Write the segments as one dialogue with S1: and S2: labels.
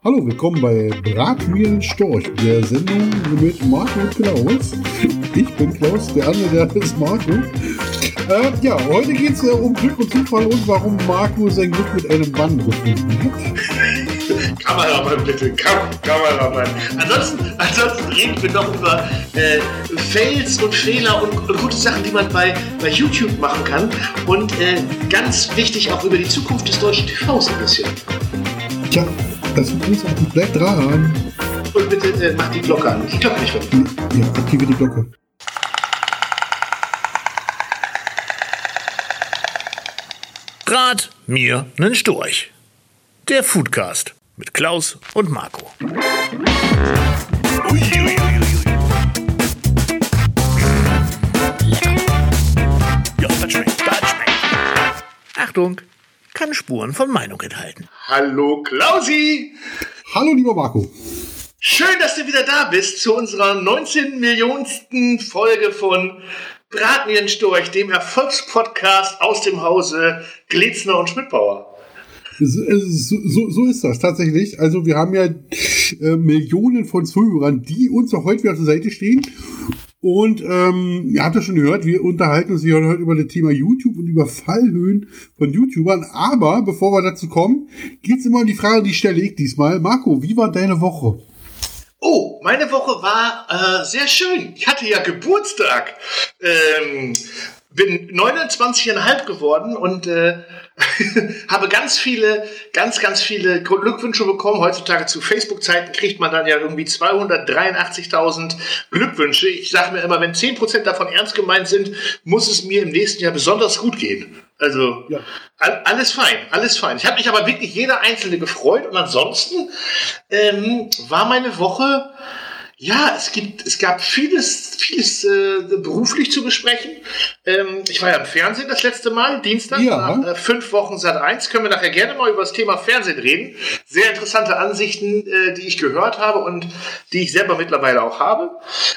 S1: Hallo, willkommen bei Bratmühlen Storch, der Sendung mit Marco und Klaus. Ich bin Klaus, der andere, der ist Marco. Heute geht es um Glück und Zufall und warum Marco sein Glück mit einem Mann gefunden hat.
S2: Kameramann, bitte, Kameramann. Ansonsten reden wir noch über Fails und Fehler und gute Sachen, die man bei YouTube machen kann. Und ganz wichtig auch über die Zukunft des deutschen TVs ein bisschen.
S1: Tja, das wird großartig. Bleibt dran.
S2: Und bitte mach die Glocke an. Die Glocke nicht vergessen.
S1: Ja, aktiviere die Glocke.
S3: Brat mir nen Storch. Der Foodcast mit Klaus und Marco. Ja, das schmeckt. Achtung, kann Spuren von Meinung enthalten.
S2: Hallo Klausi!
S1: Hallo, lieber Marco.
S2: Schön, dass du wieder da bist zu unserer 19 Millionsten Folge von Brat mir nen Storch, dem Erfolgspodcast aus dem Hause Glitzner und Schmidbauer.
S1: So ist das tatsächlich. Also wir haben ja Millionen von Zuhörern, die uns auch heute wieder zur Seite stehen. Und ihr habt ja schon gehört, wir unterhalten uns hier heute über das Thema YouTube und über Fallhöhen von YouTubern. Aber bevor wir dazu kommen, geht es immer um die Frage, die stelle ich diesmal. Marco, wie war deine Woche?
S2: Oh, meine Woche war sehr schön. Ich hatte ja Geburtstag. Bin 29,5 geworden und habe ganz viele Glückwünsche bekommen. Heutzutage zu Facebook-Zeiten kriegt man dann ja irgendwie 283.000 Glückwünsche. Ich sage mir immer, wenn 10% davon ernst gemeint sind, muss es mir im nächsten Jahr besonders gut gehen. Also ja. Alles fein. Ich habe mich aber wirklich jeder Einzelne gefreut und ansonsten war meine Woche... Ja, es gab vieles beruflich zu besprechen. Ich war ja im Fernsehen das letzte Mal, Dienstag, nach 5 Wochen Sat.1. Können wir nachher gerne mal über das Thema Fernsehen reden. Sehr interessante Ansichten, die ich gehört habe und die ich selber mittlerweile auch habe.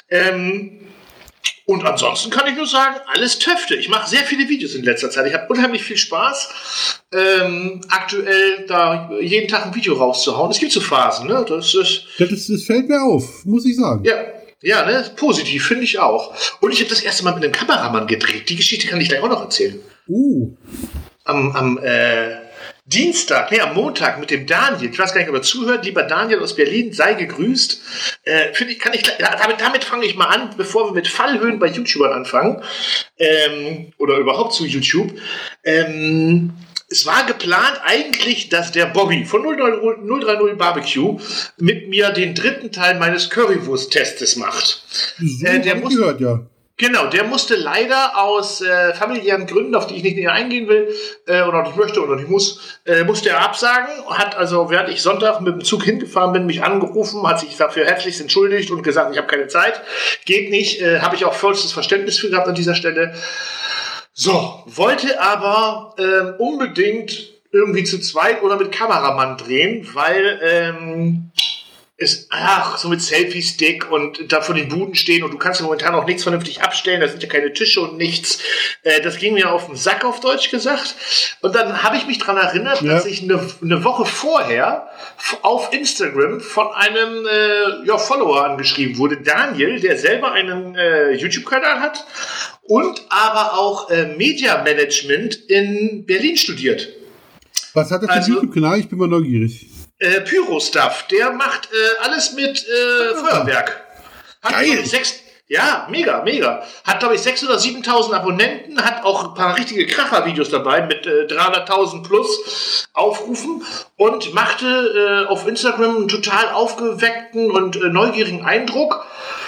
S2: Und ansonsten kann ich nur sagen, alles Töfte. Ich mache sehr viele Videos in letzter Zeit. Ich habe unheimlich viel Spaß, aktuell da jeden Tag ein Video rauszuhauen. Es gibt so Phasen, ne? Das
S1: fällt mir auf, muss ich sagen.
S2: Ja, ne? Positiv, finde ich auch. Und ich habe das erste Mal mit einem Kameramann gedreht. Die Geschichte kann ich gleich auch noch erzählen. Am Montag mit dem Daniel. Ich weiß gar nicht, ob er zuhört. Lieber Daniel aus Berlin, sei gegrüßt. Damit fange ich mal an, bevor wir mit Fallhöhen bei YouTubern anfangen. Oder überhaupt zu YouTube. Es war geplant eigentlich, dass der Bobby von 030 Barbecue mit mir den 3. Teil meines Currywurst-Testes macht. Genau, der musste leider aus familiären Gründen, auf die ich nicht näher eingehen will, oder nicht möchte oder nicht musste er absagen. Hat also, während ich Sonntag mit dem Zug hingefahren bin, mich angerufen, hat sich dafür herzlichst entschuldigt und gesagt, ich habe keine Zeit. Geht nicht, habe ich auch vollstes Verständnis für gehabt an dieser Stelle. So, wollte aber unbedingt irgendwie zu zweit oder mit Kameramann drehen, weil so mit Selfie-Stick und da vor den Buden stehen und du kannst ja momentan auch nichts vernünftig abstellen, da sind ja keine Tische und nichts. Das ging mir auf den Sack, auf Deutsch gesagt. Und dann habe ich mich daran erinnert, dass ich eine Woche vorher auf Instagram von einem Follower angeschrieben wurde, Daniel, der selber einen YouTube-Kanal hat und aber auch Media Management in Berlin studiert.
S1: Was hat er für einen YouTube-Kanal? Ich bin mal neugierig.
S2: Pyro-Stuff, der macht alles mit Feuerwerk.
S1: Geil!
S2: Mega. Hat, glaube ich, 6.000 oder 7.000 Abonnenten, hat auch ein paar richtige Kracher-Videos dabei mit 300.000 plus Aufrufen und machte auf Instagram einen total aufgeweckten und neugierigen Eindruck.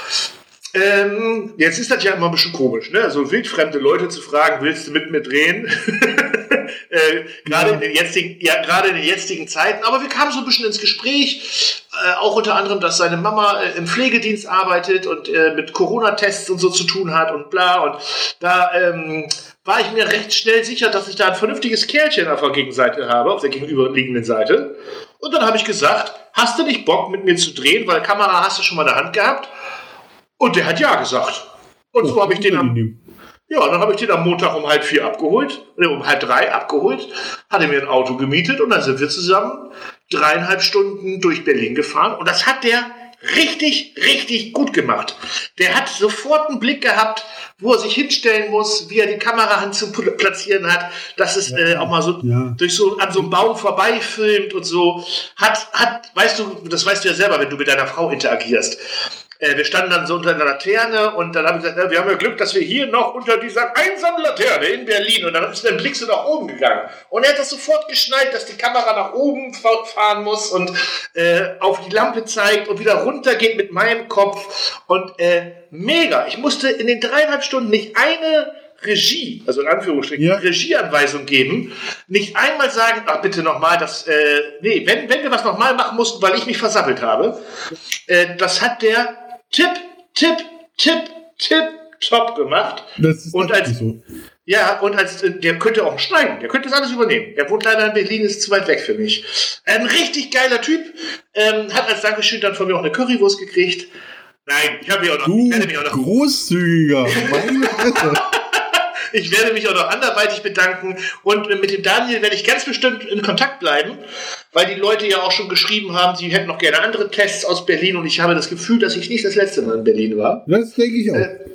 S2: Jetzt ist das ja immer ein bisschen komisch, ne? So wildfremde Leute zu fragen, willst du mit mir drehen? Gerade in den jetzigen Zeiten. Aber wir kamen so ein bisschen ins Gespräch, auch unter anderem, dass seine Mama im Pflegedienst arbeitet und mit Corona-Tests und so zu tun hat und bla. Und da war ich mir recht schnell sicher, dass ich da ein vernünftiges Kerlchen auf der Gegenseite habe, auf der gegenüberliegenden Seite. Und dann habe ich gesagt, hast du nicht Bock mit mir zu drehen, weil Kamera hast du schon mal in der Hand gehabt? Und der hat ja gesagt. Und so habe ich den dann habe ich den am Montag um 3:30 abgeholt, hatte mir ein Auto gemietet und dann sind wir zusammen 3,5 Stunden durch Berlin gefahren und das hat der richtig, richtig gut gemacht. Der hat sofort einen Blick gehabt, wo er sich hinstellen muss, wie er die Kamerahand zu platzieren hat, dass es auch mal so durch so an so einem Baum vorbeifilmt und so. Weißt du, das weißt du ja selber, wenn du mit deiner Frau interagierst. Wir standen dann so unter einer Laterne und dann habe ich gesagt, wir haben ja Glück, dass wir hier noch unter dieser einsamen Laterne in Berlin und dann ist der Blick so nach oben gegangen. Und er hat das sofort geschnallt, dass die Kamera nach oben fahren muss und auf die Lampe zeigt und wieder runter geht mit meinem Kopf. Und mega. Ich musste in den 3,5 Stunden nicht eine Regie, also in Anführungsstrichen, Regieanweisung geben, nicht einmal sagen, ach bitte nochmal, wenn wir was nochmal machen mussten, weil ich mich versappelt habe, das hat der top gemacht.
S1: Das ist
S2: und als
S1: so.
S2: Ja, und der könnte auch schneiden, der könnte das alles übernehmen. Er wohnt leider in Berlin, ist zu weit weg für mich. Ein richtig geiler Typ, hat als Dankeschön dann von mir auch eine Currywurst gekriegt. Nein, ich werde mich auch noch
S1: großzügiger, meine Fresse.
S2: Ich werde mich auch noch anderweitig bedanken und mit dem Daniel werde ich ganz bestimmt in Kontakt bleiben, weil die Leute ja auch schon geschrieben haben, sie hätten noch gerne andere Tests aus Berlin und ich habe das Gefühl, dass ich nicht das letzte Mal in Berlin war.
S1: Das denke ich auch.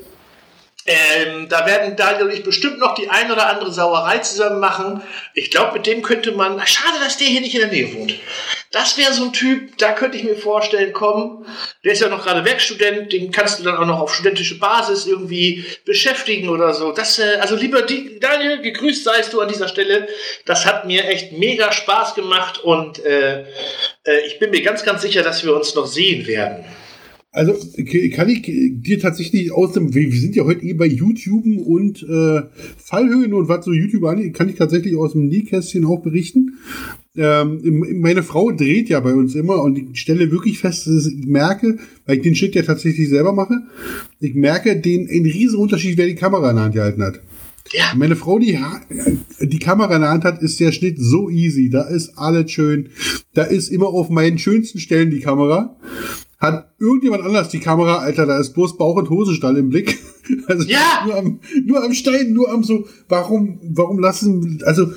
S2: Da werden Daniel und ich bestimmt noch die ein oder andere Sauerei zusammen machen. Ich glaube, mit dem könnte man... Schade, dass der hier nicht in der Nähe wohnt. Das wäre so ein Typ, da könnte ich mir vorstellen, komm, der ist ja noch gerade Werkstudent, den kannst du dann auch noch auf studentische Basis irgendwie beschäftigen oder so. Also lieber Daniel, gegrüßt seist du an dieser Stelle. Das hat mir echt mega Spaß gemacht und ich bin mir ganz, ganz sicher, dass wir uns noch sehen werden.
S1: Also kann ich dir tatsächlich wir sind ja heute bei YouTube und Fallhöhen und was so YouTube angeht, kann ich tatsächlich aus dem Nähkästchen auch berichten. Meine Frau dreht ja bei uns immer und ich stelle wirklich fest, dass ich merke, weil ich den Shit ja tatsächlich selber mache, ich merke einen riesen Unterschied, wer die Kamera in der Hand gehalten hat. Ja. Meine Frau, die Kamera in der Hand hat, ist der Schnitt so easy, da ist alles schön, da ist immer auf meinen schönsten Stellen die Kamera. Hat irgendjemand anders die Kamera, Alter, da ist bloß Bauch- und Hosenstall im Blick. Also nur am Stein, nur am so, warum lassen, also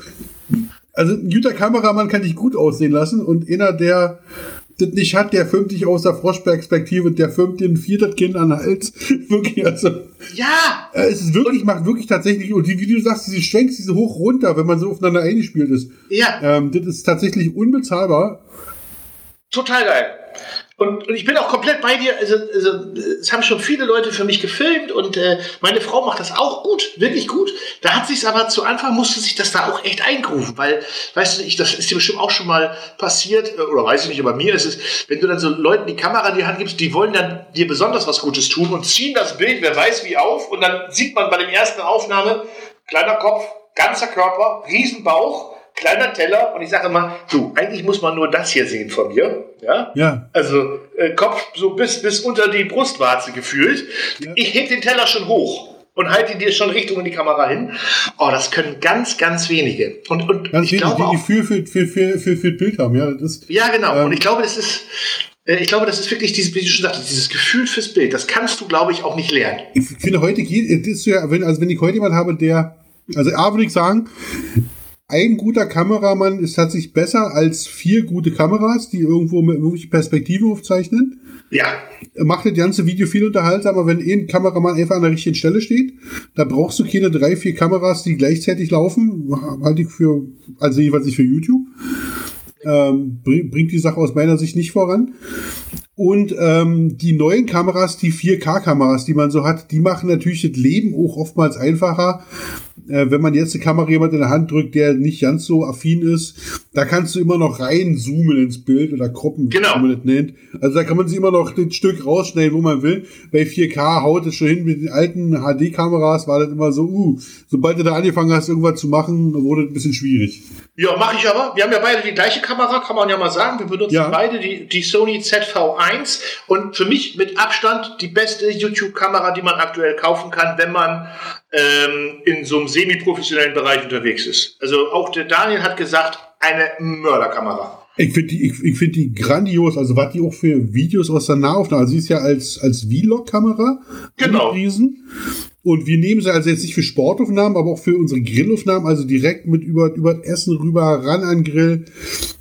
S1: ein guter Kameramann kann dich gut aussehen lassen und einer, der das nicht hat, der filmt dich aus der Froschperspektive, der filmt dir ein viertes Kind an den Hals. Wirklich, also.
S2: Ja!
S1: Es ist wirklich, macht wirklich tatsächlich, und wie du sagst, diese Schwenks, diese hoch runter, wenn man so aufeinander eingespielt ist.
S2: Ja.
S1: Das ist tatsächlich unbezahlbar.
S2: Total geil. Und ich bin auch komplett bei dir, also es haben schon viele Leute für mich gefilmt und meine Frau macht das auch gut, wirklich gut. Da hat sich's aber zu Anfang, musste sich das da auch echt eingrufen, weil, weißt du, das ist dir bestimmt auch schon mal passiert, oder weiß ich nicht, aber mir ist es, wenn du dann so Leuten die Kamera in die Hand gibst, die wollen dann dir besonders was Gutes tun und ziehen das Bild, wer weiß wie auf und dann sieht man bei der ersten Aufnahme, kleiner Kopf, ganzer Körper, Riesenbauch, kleiner Teller und ich sage immer, du, eigentlich muss man nur das hier sehen von mir, ja? Also Kopf so bis unter die Brustwarze gefühlt. Ja. Ich heb den Teller schon hoch und halte ihn dir schon Richtung in die Kamera hin. Oh, das können ganz, ganz wenige. Und
S1: ganz ich glaube auch, die für Bild haben, ja. Das ist,
S2: ja, genau. Und ich glaube, das ist wirklich dieses, wie du schon sagtest, dieses Gefühl fürs Bild. Das kannst du, glaube ich, auch nicht lernen.
S1: Ich finde, heute geht es ja, wenn ich heute jemanden habe, würde ich sagen, ein guter Kameramann ist tatsächlich besser als 4 gute Kameras, die irgendwo mit wirklich Perspektive aufzeichnen.
S2: Ja.
S1: Macht das ganze Video viel unterhaltsamer, wenn ein Kameramann einfach an der richtigen Stelle steht. Da brauchst du keine 3, 4 Kameras, die gleichzeitig laufen. Halte ich also jedenfalls nicht für YouTube. Bringt die Sache aus meiner Sicht nicht voran. Und die neuen Kameras, die 4K-Kameras, die man so hat, die machen natürlich das Leben auch oftmals einfacher. Wenn man jetzt eine Kamera jemand in der Hand drückt, der nicht ganz so affin ist, da kannst du immer noch reinzoomen ins Bild oder kroppen, wie man das nennt. Also da kann man sich immer noch ein Stück rausschneiden, wo man will. Bei 4K haut es schon hin. Mit den alten HD-Kameras war das immer so, sobald du da angefangen hast, irgendwas zu machen, wurde das ein bisschen schwierig.
S2: Ja, mache ich aber. Wir haben ja beide die gleiche Kamera, kann man ja mal sagen. Wir benutzen beide die Sony ZV-1 und für mich mit Abstand die beste YouTube-Kamera, die man aktuell kaufen kann, wenn man in so einem semi-professionellen Bereich unterwegs ist. Also auch der Daniel hat gesagt, eine Mörderkamera.
S1: Ich finde die grandios, also was die auch für Videos aus der Nahaufnahme, also sie ist ja als Vlog-Kamera angepriesen. Und wir nehmen sie also jetzt nicht für Sportaufnahmen, aber auch für unsere Grillaufnahmen, also direkt mit über das Essen rüber, ran an den Grill.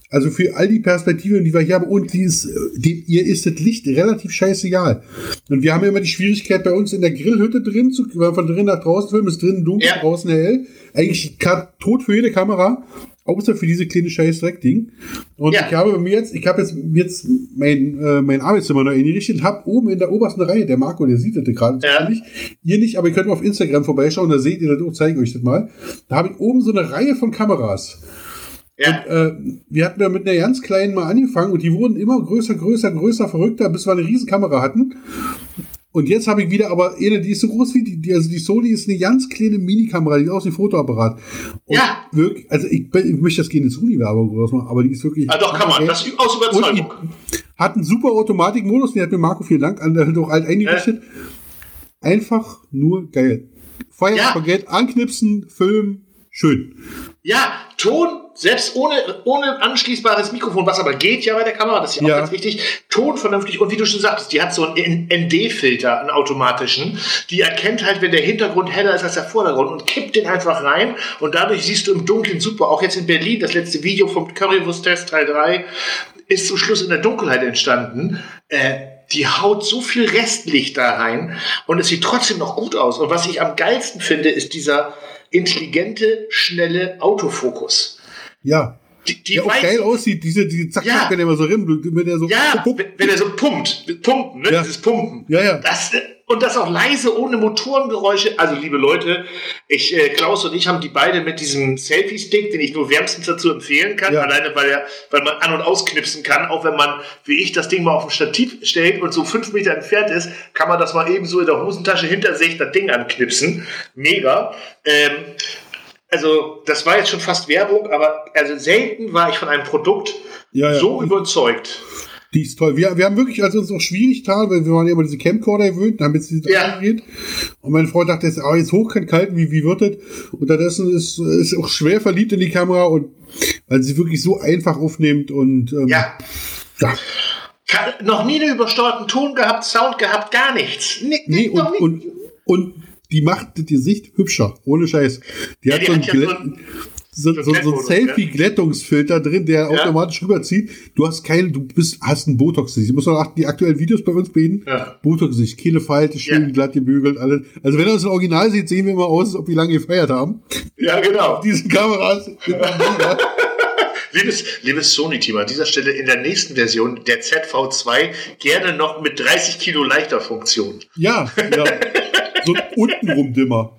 S1: Also für all die Perspektiven, die wir hier haben, und ihr ist das Licht relativ scheißegal. Und wir haben ja immer die Schwierigkeit bei uns in der Grillhütte drin, von drin nach draußen filmen, ist drinnen dunkel, draußen hell. Eigentlich tot für jede Kamera, außer für diese kleine scheiß Dreckding. Und ich habe jetzt mein Arbeitszimmer noch eingerichtet, habe oben in der obersten Reihe, der Marco, der sieht das gerade nicht, ihr nicht, aber ihr könnt mal auf Instagram vorbeischauen, da seht ihr das auch, zeige euch das mal. Da habe ich oben so eine Reihe von Kameras. Ja. Und wir hatten ja mit einer ganz kleinen mal angefangen und die wurden immer größer, verrückter, bis wir eine riesen Kamera hatten. Und jetzt habe ich wieder aber eine, die ist so groß wie die Sony ist eine ganz kleine Mini-Kamera, die ist auch wie ein Fotoapparat. Und wirklich, also ich möchte das keine Sony-Werbung groß machen, aber die ist wirklich...
S2: Ja, doch, kann man, das ist aus Überzeugung.
S1: Hat einen super Automatikmodus, den hat mir Marco, vielen Dank, doch alt eingerichtet. Einfach nur geil. Feuerspagett, anknipsen, filmen, schön.
S2: Ja, Ton, selbst ohne anschließbares Mikrofon, was aber geht ja bei der Kamera, das ist ja auch ganz wichtig, Ton vernünftig und wie du schon sagtest, die hat so einen ND-Filter, einen automatischen, die erkennt halt, wenn der Hintergrund heller ist als der Vordergrund und kippt den einfach rein und dadurch siehst du im Dunkeln super. Auch jetzt in Berlin, das letzte Video vom Currywurst-Test Teil 3 ist zum Schluss in der Dunkelheit entstanden. Die haut so viel Restlicht da rein und es sieht trotzdem noch gut aus. Und was ich am geilsten finde, ist dieser intelligente, schnelle Autofokus.
S1: Ja. Die auch geil aussieht, diese zack, wenn er immer so wenn er so
S2: wenn er so pumpen, ne? Dieses Pumpen.
S1: Ja.
S2: Und das auch leise, ohne Motorengeräusche. Also, liebe Leute, Klaus und ich haben die beide mit diesem Selfie-Stick, den ich nur wärmstens dazu empfehlen kann, alleine weil man an- und ausknipsen kann, auch wenn man, wie ich, das Ding mal auf ein Stativ stellt und so 5 Meter entfernt ist, kann man das mal eben so in der Hosentasche hinter sich das Ding anknipsen. Mega. Also, das war jetzt schon fast Werbung, aber also selten war ich von einem Produkt so überzeugt.
S1: Die ist toll. Wir haben wirklich, als uns auch schwierig tat, weil wir waren ja immer diese Camcorder gewöhnt, haben jetzt diese angeredet. Und meine Frau dachte jetzt hochkant kalt, wie wird das? Unterdessen ist auch schwer verliebt in die Kamera und weil sie wirklich so einfach aufnimmt und
S2: noch nie einen übersteuerten Ton gehabt, Sound gehabt, gar nichts.
S1: Nee, und die macht das Gesicht hübscher, ohne Scheiß. Die hat so ein Selfie-Glättungsfilter drin, der automatisch rüberzieht. Du hast ein Botox-Gesicht. Ich muss noch achten, die aktuellen Videos bei uns bilden. Botox-Gesicht, keine Falte, schön glatt gebügelt, alles. Also wenn er das Original sieht, sehen wir immer aus, als ob wir lange gefeiert haben.
S2: Ja, genau.
S1: Diese Kameras.
S2: Liebes Sony-Team, an dieser Stelle in der nächsten Version der ZV2 gerne noch mit 30 Kilo leichter Funktion.
S1: Ja. So ein untenrum-Dimmer.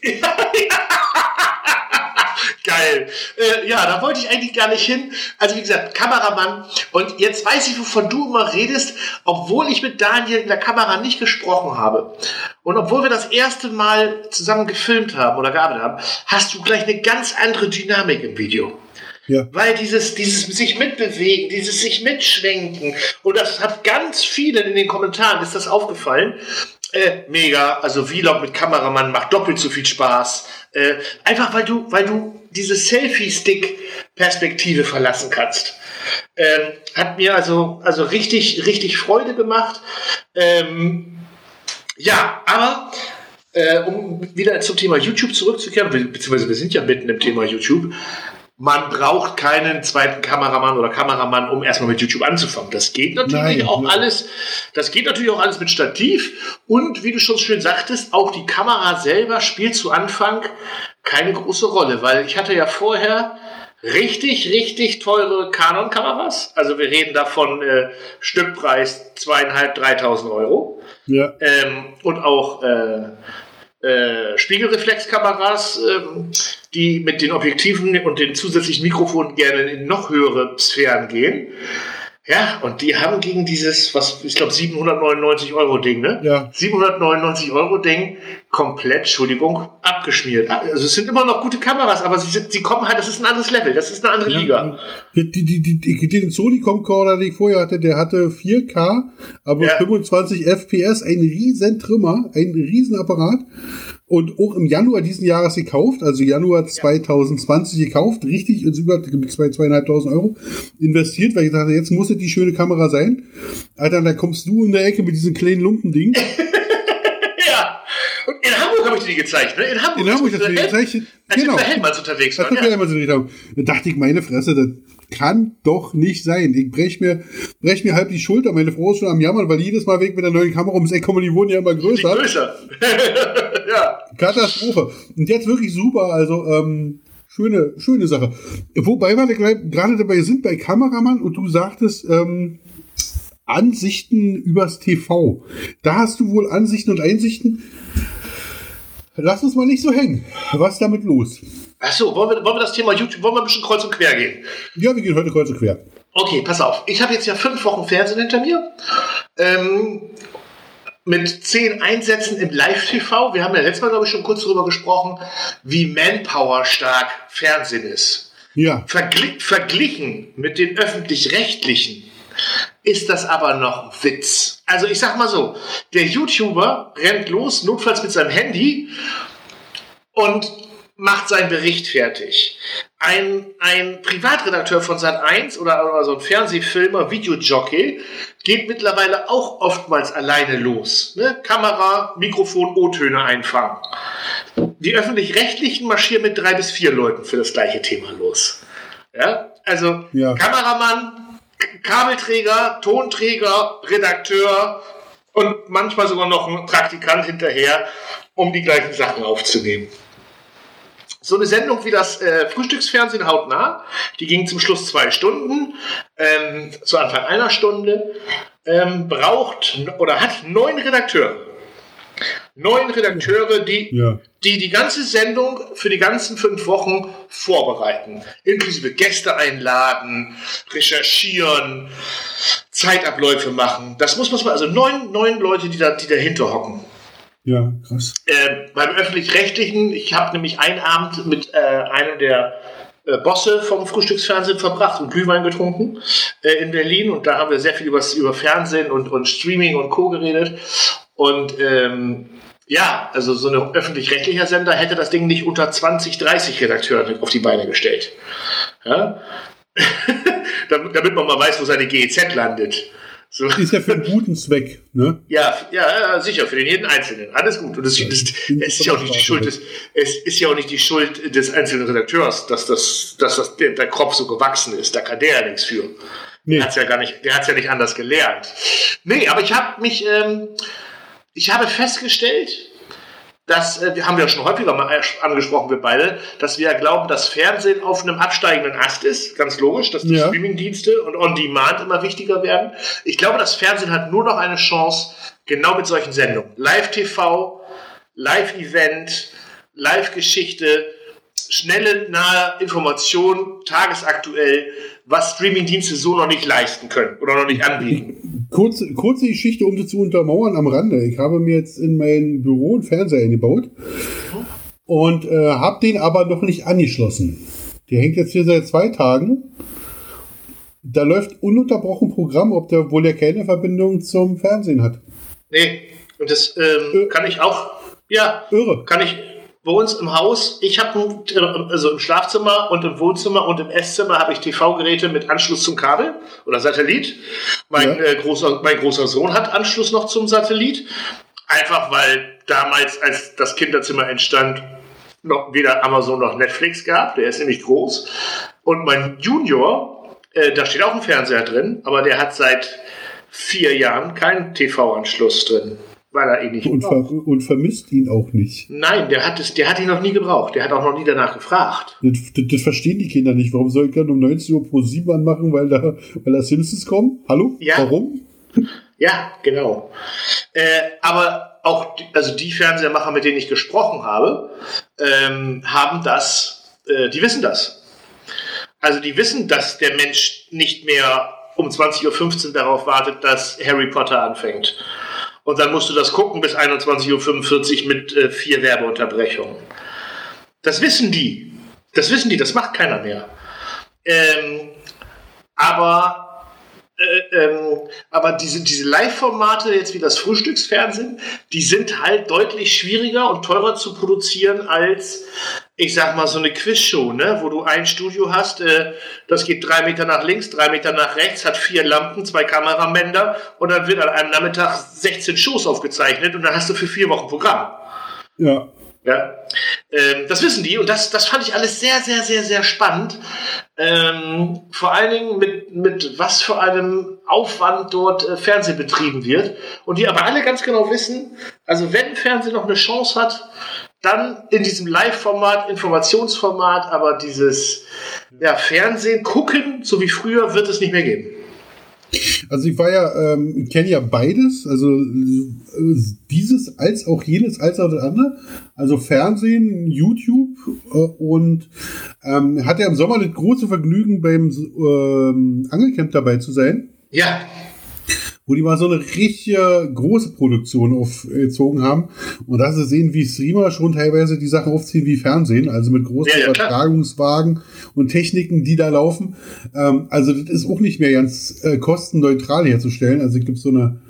S2: Geil. Da wollte ich eigentlich gar nicht hin. Also wie gesagt, Kameramann. Und jetzt weiß ich, wovon du immer redest, obwohl ich mit Daniel in der Kamera nicht gesprochen habe. Und obwohl wir das erste Mal zusammen gefilmt haben oder gearbeitet haben, hast du gleich eine ganz andere Dynamik im Video. Ja. Weil dieses sich mitbewegen, dieses sich mitschwenken, und das hat ganz vielen in den Kommentaren, ist das aufgefallen, mega, also Vlog mit Kameramann macht doppelt so viel Spaß, einfach weil du diese Selfie-Stick-Perspektive verlassen kannst. Hat mir also richtig, richtig Freude gemacht. Aber um wieder zum Thema YouTube zurückzukehren, beziehungsweise wir sind ja mitten im Thema YouTube, man braucht keinen zweiten Kameramann oder Kameramann, um erstmal mit YouTube anzufangen. Das geht natürlich auch alles mit Stativ. Und wie du schon schön sagtest, auch die Kamera selber spielt zu Anfang keine große Rolle, weil ich hatte ja vorher richtig, richtig teure Canon-Kameras. Also wir reden davon Stückpreis 2.500, 3.000 Euro. Ja. Und auch Spiegelreflexkameras, die mit den Objektiven und den zusätzlichen Mikrofonen gerne in noch höhere Sphären gehen. Ja, und die haben gegen dieses, ich glaube 799 Euro Ding, ne? Ja. 799 Euro Ding komplett, abgeschmiert. Also es sind immer noch gute Kameras, aber sie kommen halt, das ist ein anderes Level, das ist eine andere Liga.
S1: Den Sony Camcorder, den ich vorher hatte, der hatte 4K, aber 25 FPS, ein riesen Trümmer, ein riesen Apparat. Und auch im Januar diesen Jahres gekauft, also Januar 2020 gekauft, richtig, mit 2.500 Euro investiert, weil ich dachte, jetzt muss es die schöne Kamera sein. Alter, da kommst du in der Ecke mit diesem kleinen Lumpending.
S2: Ja, und in Hamburg habe haben sie die gezeigt, ne? In Hamburg.
S1: In Hamburg das gezeigt.
S2: Genau. Da Hellmanns unterwegs
S1: waren. Da dachte ich, meine Fresse, das kann doch nicht sein. Ich brech mir halb die Schulter. Meine Frau ist schon am Jammern, weil jedes Mal weg mit der neuen Kamera ums Eck kommen, die wurden ja immer größer. Ja. Katastrophe. Und jetzt wirklich super. Also, schöne Sache. Wobei wir gerade dabei sind bei Kameramann und du sagtest, Ansichten übers TV. Da hast du wohl Ansichten und Einsichten. Lass uns mal nicht so hängen. Was ist damit los?
S2: Achso, wollen wir das Thema YouTube, wollen wir ein bisschen kreuz und quer gehen?
S1: Ja, wir gehen heute kreuz und quer.
S2: Okay, pass auf. Ich habe jetzt ja 5 Wochen Fernsehen hinter mir. Mit 10 Einsätzen im Live-TV. Wir haben ja letztes Mal, glaube ich, schon kurz darüber gesprochen, wie Manpower-stark Fernsehen ist.
S1: Ja.
S2: Verglichen mit den Öffentlich-Rechtlichen ist das aber noch ein Witz. Also ich sag mal so, der YouTuber rennt los, notfalls mit seinem Handy und macht seinen Bericht fertig. Ein Privatredakteur von Sat.1 oder so ein Fernsehfilmer, Videojockey, geht mittlerweile auch oftmals alleine los. Ne? Kamera, Mikrofon, O-Töne einfangen. Die Öffentlich-Rechtlichen marschieren mit 3 bis 4 Leuten für das gleiche Thema los. Ja? Also ja. Kameramann, Kabelträger, Tonträger, Redakteur und manchmal sogar noch ein Praktikant hinterher, um die gleichen Sachen aufzunehmen. So eine Sendung wie das Frühstücksfernsehen hautnah, die ging zum Schluss 2 Stunden, zu Anfang 1 Stunde, braucht oder hat 9 Redakteure. 9 Redakteure, die ganze Sendung für die ganzen 5 Wochen vorbereiten. Inklusive Gäste einladen, recherchieren, Zeitabläufe machen. Das muss man, also 9 Leute, die dahinter hocken.
S1: Ja, krass.
S2: Beim Öffentlich-Rechtlichen, ich habe nämlich einen Abend mit einem der Bosse vom Frühstücksfernsehen verbracht und Glühwein getrunken in Berlin. Und da haben wir sehr viel über Fernsehen und Streaming und Co. geredet. Und also so ein öffentlich-rechtlicher Sender hätte das Ding nicht unter 20, 30 Redakteure auf die Beine gestellt. Ja? Damit man mal weiß, wo seine GEZ landet. So.
S1: Ist ja für einen guten Zweck, ne?
S2: Ja, sicher, für jeden Einzelnen. Alles gut. Und es ist ja auch nicht die Schuld des einzelnen Redakteurs, dass der Kopf so gewachsen ist. Da kann der ja nichts für. Nee. Der hat's ja nicht anders gelernt. Nee, aber ich habe festgestellt, dass, wir haben ja schon häufiger mal angesprochen, wir beide, dass wir glauben, dass Fernsehen auf einem absteigenden Ast ist. Ganz logisch, dass die Streamingdienste und On-Demand immer wichtiger werden. Ich glaube, das Fernsehen hat nur noch eine Chance, genau mit solchen Sendungen. Live-TV, Live-Event, Live-Geschichte, schnelle, nahe Informationen, tagesaktuell, was Streamingdienste so noch nicht leisten können oder noch nicht anbieten.
S1: Kurze Geschichte, um sie zu untermauern am Rande. Ich habe mir jetzt in mein Büro einen Fernseher eingebaut und habe den aber noch nicht angeschlossen. Der hängt jetzt hier seit 2 Tagen. Da läuft ununterbrochen Programm, ob der wohl keine Verbindung zum Fernsehen hat.
S2: Nee, und das kann ich auch,
S1: irre.
S2: Kann ich bei uns im Haus, ich habe also im Schlafzimmer und im Wohnzimmer und im Esszimmer habe ich TV-Geräte mit Anschluss zum Kabel oder Satellit. Mein großer Sohn hat Anschluss noch zum Satellit. Einfach weil damals, als das Kinderzimmer entstand, noch weder Amazon noch Netflix gab. Der ist nämlich groß. Und mein Junior, da steht auch ein Fernseher drin, aber der hat seit 4 Jahren keinen TV-Anschluss drin. Weil er ihn nicht
S1: und vermisst ihn auch nicht.
S2: Nein, der hat ihn noch nie gebraucht. Der hat auch noch nie danach gefragt.
S1: Das verstehen die Kinder nicht. Warum soll ich dann um 19 Uhr pro 7 anmachen, weil da Simpsons kommen? Hallo?
S2: Ja.
S1: Warum?
S2: Ja, genau. Aber auch die Fernsehmacher, mit denen ich gesprochen habe, haben das, die wissen das. Also die wissen, dass der Mensch nicht mehr um 20.15 Uhr darauf wartet, dass Harry Potter anfängt. Und dann musst du das gucken bis 21.45 Uhr mit 4 Werbeunterbrechungen. Das wissen die. Das macht keiner mehr. Aber diese Live-Formate, jetzt wie das Frühstücksfernsehen, die sind halt deutlich schwieriger und teurer zu produzieren als, ich sag mal, so eine Quizshow, ne? Wo du ein Studio hast, das geht 3 Meter nach links, 3 Meter nach rechts, hat 4 Lampen, 2 Kameramänner und dann wird an einem Nachmittag 16 Shows aufgezeichnet und dann hast du für 4 Wochen Programm.
S1: Ja.
S2: Ja, das wissen die und das fand ich alles sehr, sehr, sehr, sehr spannend. Vor allen Dingen mit was für einem Aufwand dort Fernsehen betrieben wird. Und die aber alle ganz genau wissen, also wenn Fernsehen noch eine Chance hat, dann in diesem Live-Format, Informationsformat, aber dieses Fernsehen gucken, so wie früher, wird es nicht mehr geben.
S1: Also ich kenne ja beides, also dieses als auch jenes, als auch das andere, also Fernsehen, YouTube und hatte im Sommer das große Vergnügen beim Angelcamp dabei zu sein.
S2: Ja.
S1: Wo die mal so eine richtige große Produktion aufgezogen haben. Und da sie sehen, wie Streamer schon teilweise die Sachen aufziehen wie Fernsehen, also mit großen Übertragungswagen und Techniken, die da laufen. Also das ist auch nicht mehr ganz kostenneutral herzustellen. Also es gibt so einen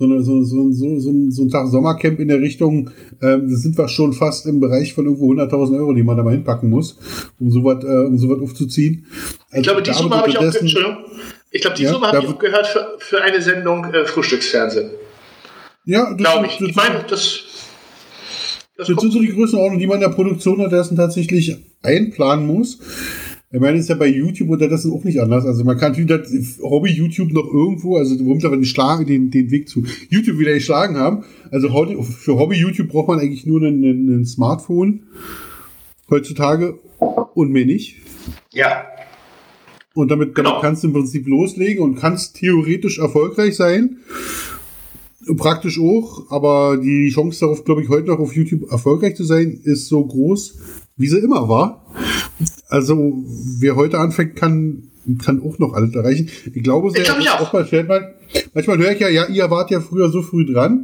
S1: Tag Sommercamp in der Richtung, das sind wir schon fast im Bereich von irgendwo 100.000 Euro, die man da mal hinpacken muss, um sowas aufzuziehen. Also
S2: ich glaube, die Summe habe ich auch gehört für eine Sendung Frühstücksfernsehen.
S1: Ja,
S2: glaube ich. Ich meine, das
S1: sind so die Größenordnungen, die man in der Produktion dessen tatsächlich einplanen muss. Ich meine, ist ja bei YouTube unterdessen auch nicht anders. Also man kann wieder Hobby-YouTube noch irgendwo, also womit aber den Weg zu YouTube wieder geschlagen haben. Also für Hobby-YouTube braucht man eigentlich nur ein Smartphone heutzutage und mehr nicht.
S2: Ja.
S1: Und damit kannst du im Prinzip loslegen und kannst theoretisch erfolgreich sein. Praktisch auch, aber die Chance darauf, glaube ich, heute noch auf YouTube erfolgreich zu sein, ist so groß, wie sie immer war. Also, wer heute anfängt, kann auch noch alles erreichen. Ich glaube, manchmal höre ich ja, ihr wart ja früher so früh dran.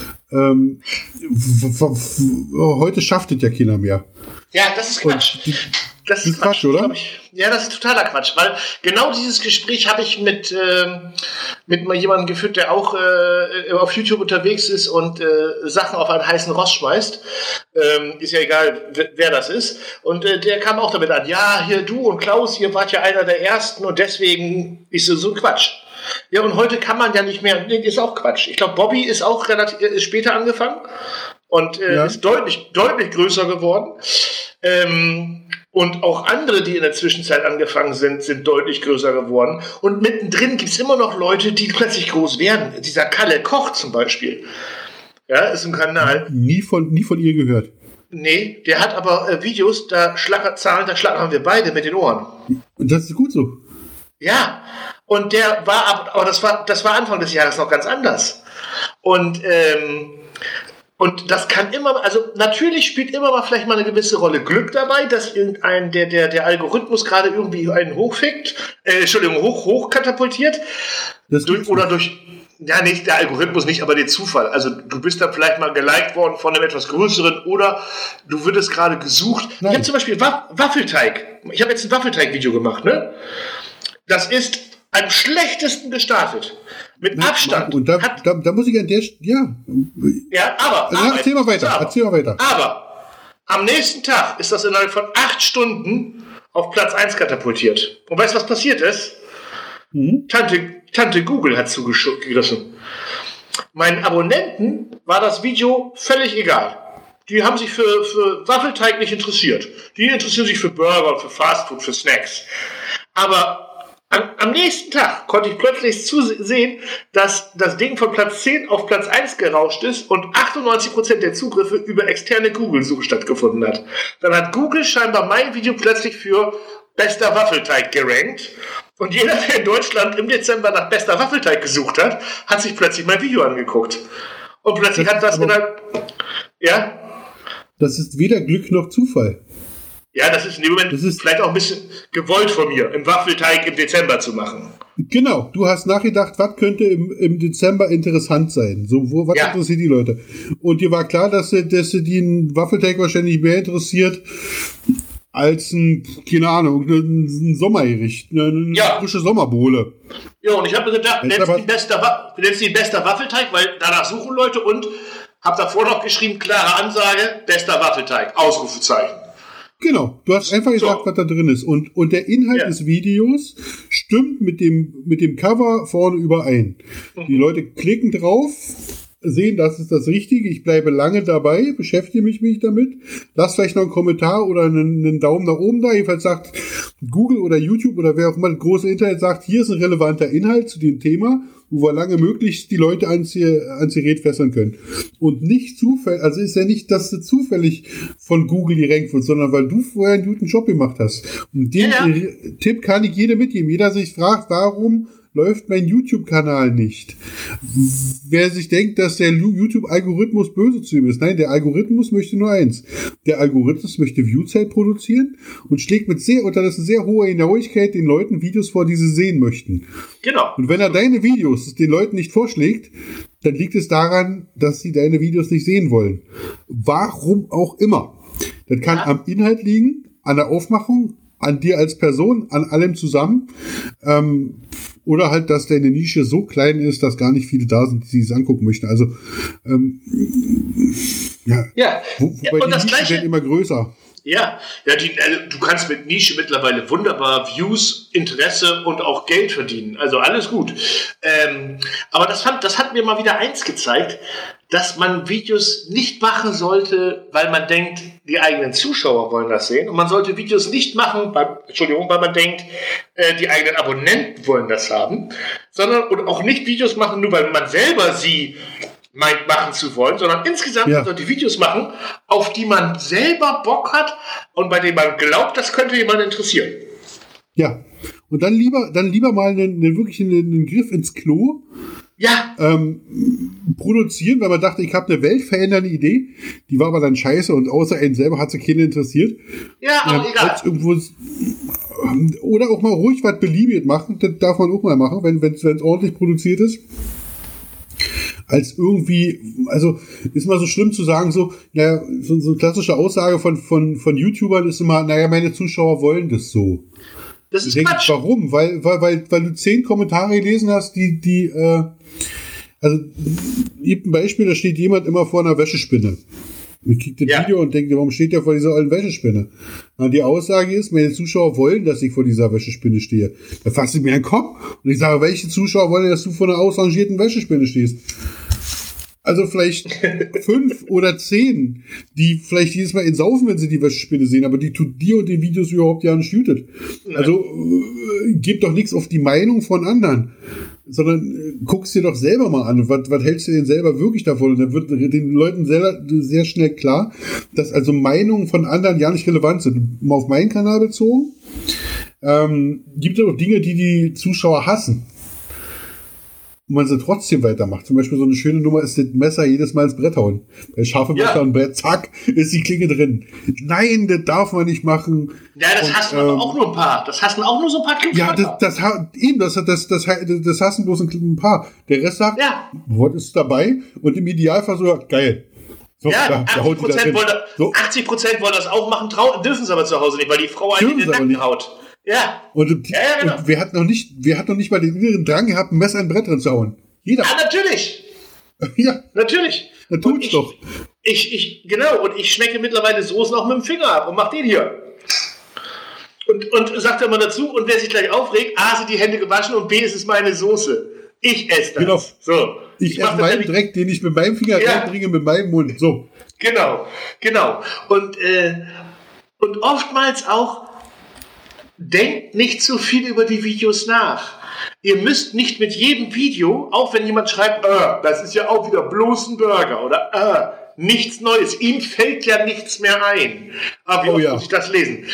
S1: Heute schafft es ja keiner mehr.
S2: Ja, das ist Quatsch. Das ist Quatsch, oder? Ja, das ist totaler Quatsch, weil genau dieses Gespräch habe ich mit jemandem geführt, der auch auf YouTube unterwegs ist und Sachen auf einen heißen Rost schmeißt. Ist ja egal, wer das ist. Und der kam auch damit an, ja, hier du und Klaus, ihr wart ja einer der Ersten und deswegen ist so ein Quatsch. Ja, und heute kann man ja nicht mehr, nee, ist auch Quatsch. Ich glaube, Bobby ist auch ist später angefangen und ist deutlich, deutlich größer geworden. Und auch andere, die in der Zwischenzeit angefangen sind deutlich größer geworden. Und mittendrin gibt es immer noch Leute, die plötzlich groß werden. Dieser Kalle Koch zum Beispiel. Ja, ist ein Kanal.
S1: Nie von ihr gehört.
S2: Nee, der hat aber Videos, da schlackern wir beide mit den Ohren.
S1: Und das ist gut so.
S2: Ja, und der war, aber das war Anfang des Jahres noch ganz anders. Und das kann immer, also natürlich spielt immer mal vielleicht mal eine gewisse Rolle Glück dabei, dass irgendein, der Algorithmus gerade irgendwie einen hochkatapultiert. Nicht der Algorithmus nicht, aber der Zufall. Also du bist dann vielleicht mal geliked worden von einem etwas größeren oder du würdest gerade gesucht. Nein. Ich habe zum Beispiel Waffelteig. Ich habe jetzt ein Waffelteig-Video gemacht, ne? Das ist am schlechtesten gestartet. Mit Abstand.
S1: Und da muss ich an der
S2: Ja, aber
S1: erzähl mal weiter.
S2: Aber am nächsten Tag ist das innerhalb von 8 Stunden auf Platz 1 katapultiert. Und weißt du, was passiert ist? Tante Google hat zugegriffen. Meinen Abonnenten war das Video völlig egal. Die haben sich für Waffelteig nicht interessiert. Die interessieren sich für Burger, für Fastfood, für Snacks. Aber am nächsten Tag konnte ich plötzlich sehen, dass das Ding von Platz 10 auf Platz 1 gerauscht ist und 98% der Zugriffe über externe Google-Suche stattgefunden hat. Dann hat Google scheinbar mein Video plötzlich für bester Waffelteig gerankt. Und jeder, der in Deutschland im Dezember nach bester Waffelteig gesucht hat, hat sich plötzlich mein Video angeguckt. Und plötzlich hat das ja?
S1: Das ist weder Glück noch Zufall.
S2: Ja, das ist in dem Moment vielleicht auch ein bisschen gewollt von mir, im Waffelteig im Dezember zu machen.
S1: Genau, du hast nachgedacht, was könnte im Dezember interessant sein? So, was interessiert die Leute? Und dir war klar, dass sie den Waffelteig wahrscheinlich mehr interessiert als ein Sommergericht, eine frische Sommerbohle.
S2: Ja, und ich habe gedacht, nennst du den bester Waffelteig, weil danach suchen Leute und habe davor noch geschrieben, klare Ansage, bester Waffelteig, Ausrufezeichen.
S1: Genau, du hast einfach gesagt, was da drin ist. Und der Inhalt des Videos stimmt mit dem Cover vorne überein. Die Leute klicken drauf, sehen, das ist das Richtige, ich bleibe lange dabei, beschäftige mich damit, lass vielleicht noch einen Kommentar oder einen Daumen nach oben da, jedenfalls sagt Google oder YouTube oder wer auch immer das große Internet sagt, hier ist ein relevanter Inhalt zu dem Thema, wo wir lange möglichst die Leute ans Gerät fesseln können. Und nicht zufällig, also ist ja nicht, dass du zufällig von Google gerankt wird, sondern weil du vorher einen guten Job gemacht hast. Und den Tipp kann ich jedem mitgeben. Jeder sich fragt, warum läuft mein YouTube-Kanal nicht? Wer sich denkt, dass der YouTube-Algorithmus böse zu ihm ist. Nein, der Algorithmus möchte nur eins. Der Algorithmus möchte Viewzeit produzieren und schlägt unter das eine sehr hohe Genauigkeit den Leuten Videos vor, die sie sehen möchten.
S2: Genau.
S1: Und wenn er deine Videos den Leuten nicht vorschlägt, dann liegt es daran, dass sie deine Videos nicht sehen wollen. Warum auch immer. Das kann am Inhalt liegen, an der Aufmachung, an dir als Person, an allem zusammen. Oder halt, dass deine Nische so klein ist, dass gar nicht viele da sind, die es angucken möchten. Also,
S2: und
S1: die
S2: das
S1: Nischen
S2: Gleiche
S1: werden immer größer.
S2: Ja, du kannst mit Nische mittlerweile wunderbar Views, Interesse und auch Geld verdienen. Also alles gut. Aber das hat mir mal wieder eins gezeigt, dass man Videos nicht machen sollte, weil man denkt, die eigenen Zuschauer wollen das sehen. Und man sollte Videos nicht machen, weil man denkt, die eigenen Abonnenten wollen das haben. Und auch nicht Videos machen, nur weil man selber sie meint machen zu wollen, sondern insgesamt sollte Videos machen, auf die man selber Bock hat und bei denen man glaubt, das könnte jemand interessieren.
S1: Ja, und dann lieber mal einen Griff ins Klo produzieren, weil man dachte, ich habe eine weltverändernde Idee, die war aber dann scheiße und außer einen selber hat sie keinen interessiert.
S2: Ja, aber egal.
S1: Oder auch mal ruhig was Beliebiges machen, das darf man auch mal machen, wenn es ordentlich produziert ist. Als irgendwie, also ist mal so schlimm zu sagen, so eine klassische Aussage von YouTubern ist immer, meine Zuschauer wollen das so.
S2: Das ist Quatsch.
S1: Warum? Weil du 10 Kommentare gelesen hast, also gibt ein Beispiel, da steht jemand immer vor einer Wäschespinne. Ich kriege das Video und denke, warum steht der vor dieser alten Wäschespinne? Und die Aussage ist, meine Zuschauer wollen, dass ich vor dieser Wäschespinne stehe. Da fasse ich mir einen Kopf und ich sage, welche Zuschauer wollen, dass du vor einer ausrangierten Wäschespinne stehst? Also vielleicht 5 oder 10, die vielleicht jedes Mal entsaufen, wenn sie die Wäschespinne sehen, aber die tut dir und den Videos überhaupt ja nicht jütet. Also gib doch nichts auf die Meinung von anderen, sondern guck's dir doch selber mal an. Was hältst du denn selber wirklich davon? Und dann wird den Leuten sehr schnell klar, dass also Meinungen von anderen ja nicht relevant sind. Mal auf meinen Kanal bezogen, gibt es auch Dinge, die Zuschauer hassen. Und man sie trotzdem weitermacht. Zum Beispiel so eine schöne Nummer ist das Messer jedes Mal ins Brett hauen. Bei scharfem Messer und Brett, zack, ist die Klinge drin. Nein, das darf man nicht machen.
S2: Ja, das hassen aber auch nur ein paar. Das hassen auch nur so ein paar Klugscheißer.
S1: Ja, das hassen bloß ein paar. Der Rest sagt, was ist dabei? Und im Idealfall so, geil. So,
S2: 80% wollen das auch machen, dürfen sie aber zu Hause nicht, weil die Frau einen in den Nacken haut. Ja.
S1: Und wer hat noch nicht mal den inneren Drang gehabt, ein Messer in ein Brett drin zu hauen? Jeder.
S2: Ja, natürlich.
S1: Ja.
S2: Natürlich.
S1: Dann tut's doch.
S2: Genau, und ich schmecke mittlerweile Soßen auch mit dem Finger ab und mach den hier. Und sagt er mal dazu, und wer sich gleich aufregt, A, sind die Hände gewaschen und B, ist es meine Soße. Ich esse das.
S1: Genau.
S2: So.
S1: Ich esse meinen Dreck, den ich mit meinem Finger reinbringe, mit meinem Mund. So.
S2: Genau. Und oftmals auch, denkt nicht zu viel über die Videos nach. Ihr müsst nicht mit jedem Video, auch wenn jemand schreibt, das ist ja auch wieder bloß ein Burger oder nichts Neues. Ihm fällt ja nichts mehr ein. Aber wie muss ich das lesen?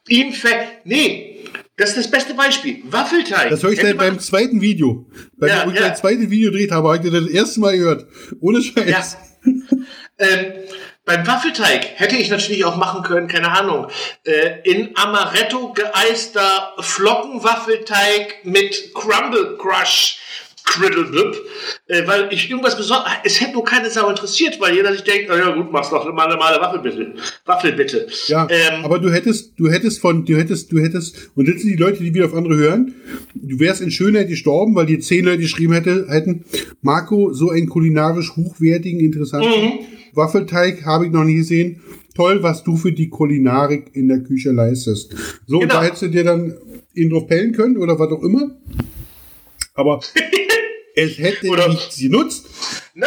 S2: Das ist das beste Beispiel. Waffelteig.
S1: Das höre ich seit beim zweiten Video. Weil ich das zweite Video gedreht habe, habe ich das erste Mal gehört. Ohne Scheiß.
S2: Ja. Beim Waffelteig hätte ich natürlich auch machen können, keine Ahnung, in Amaretto geeister Flockenwaffelteig mit Crumble Crush Criddleblub, weil ich irgendwas Besonderes, es hätte nur keine Sau interessiert, weil jeder sich denkt, ja gut, mach's doch mal eine normale Waffel bitte.
S1: Ja, aber du hättest, und das sind die Leute, die wieder auf andere hören, du wärst in Schönheit gestorben, weil dir 10 Leute geschrieben hätten, Marco, so einen kulinarisch hochwertigen, interessanten Waffelteig habe ich noch nie gesehen. Toll, was du für die Kulinarik in der Küche leistest. So, und da hättest du dir dann ihn drauf pellen können oder was auch immer. Aber es hätte nichts genutzt.
S2: Nein,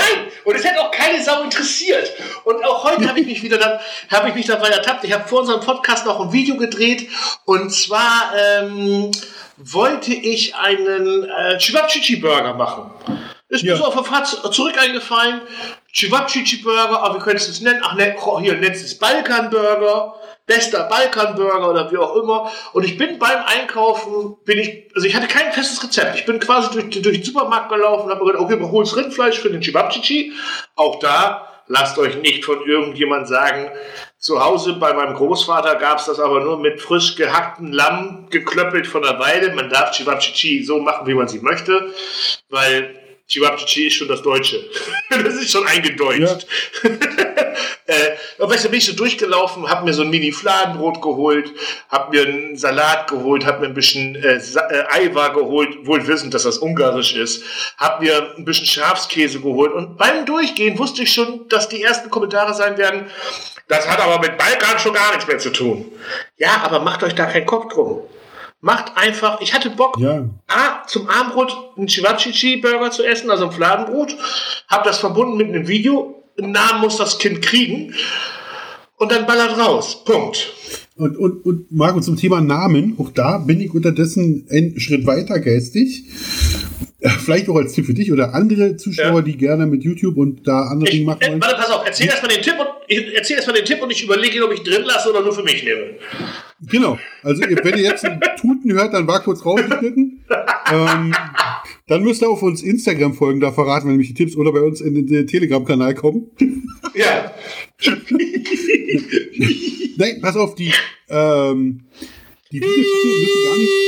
S2: Und es hätte auch keine Sau interessiert. Und auch heute habe ich mich dabei ertappt. Ich habe vor unserem Podcast noch ein Video gedreht. Und zwar wollte ich einen Chivapchichi-Burger machen. Ist mir so auf der Fahrt zurück eingefallen. Chivapchichi-Burger, aber wie könntest du es nennen? Ach ne, hier nennst du es Balkan-Burger. Bester Balkan-Burger oder wie auch immer. Und ich bin beim Einkaufen, ich hatte kein festes Rezept. Ich bin quasi durch den Supermarkt gelaufen und habe mir gedacht, okay, wir holen das Rindfleisch für den Chivapchichi. Auch da, lasst euch nicht von irgendjemand sagen, zu Hause bei meinem Großvater gab es das aber nur mit frisch gehacktem Lamm, geklöppelt von der Weide. Man darf Chivapchichi so machen, wie man sie möchte, weil Chivapchichi ist schon das Deutsche. Das ist schon eingedeutscht. Ja. Weißt du, bin ich so durchgelaufen, habe mir so ein Mini-Fladenbrot geholt, habe mir einen Salat geholt, habe mir ein bisschen Eiwar geholt, wohl wissend, dass das ungarisch ist, habe mir ein bisschen Schafskäse geholt und beim Durchgehen wusste ich schon, dass die ersten Kommentare sein werden, das hat aber mit Balkan schon gar nichts mehr zu tun. Ja, aber macht euch da keinen Kopf drum. Macht einfach, ich hatte Bock, zum Abendbrot einen Chivapchichi-Burger zu essen, also ein Fladenbrot, habe das verbunden mit einem Video, einen Namen muss das Kind kriegen und dann ballert raus, Punkt.
S1: Und Marco, zum Thema Namen, auch da bin ich unterdessen einen Schritt weiter geistig. Vielleicht auch als Tipp für dich oder andere Zuschauer, die gerne mit YouTube und da andere Dinge machen wollen.
S2: Warte, pass auf, erzähl erstmal den Tipp und ich überlege, ob ich drin lasse oder nur für mich nehme.
S1: Genau, also wenn ihr jetzt einen Tuten hört, dann war kurz rausgeschnitten. Dann müsst ihr auf uns Instagram folgen, da verraten wir nämlich die Tipps oder bei uns in den Telegram-Kanal kommen.
S2: Ja.
S1: Nein, pass auf, die Videos müssen gar nicht...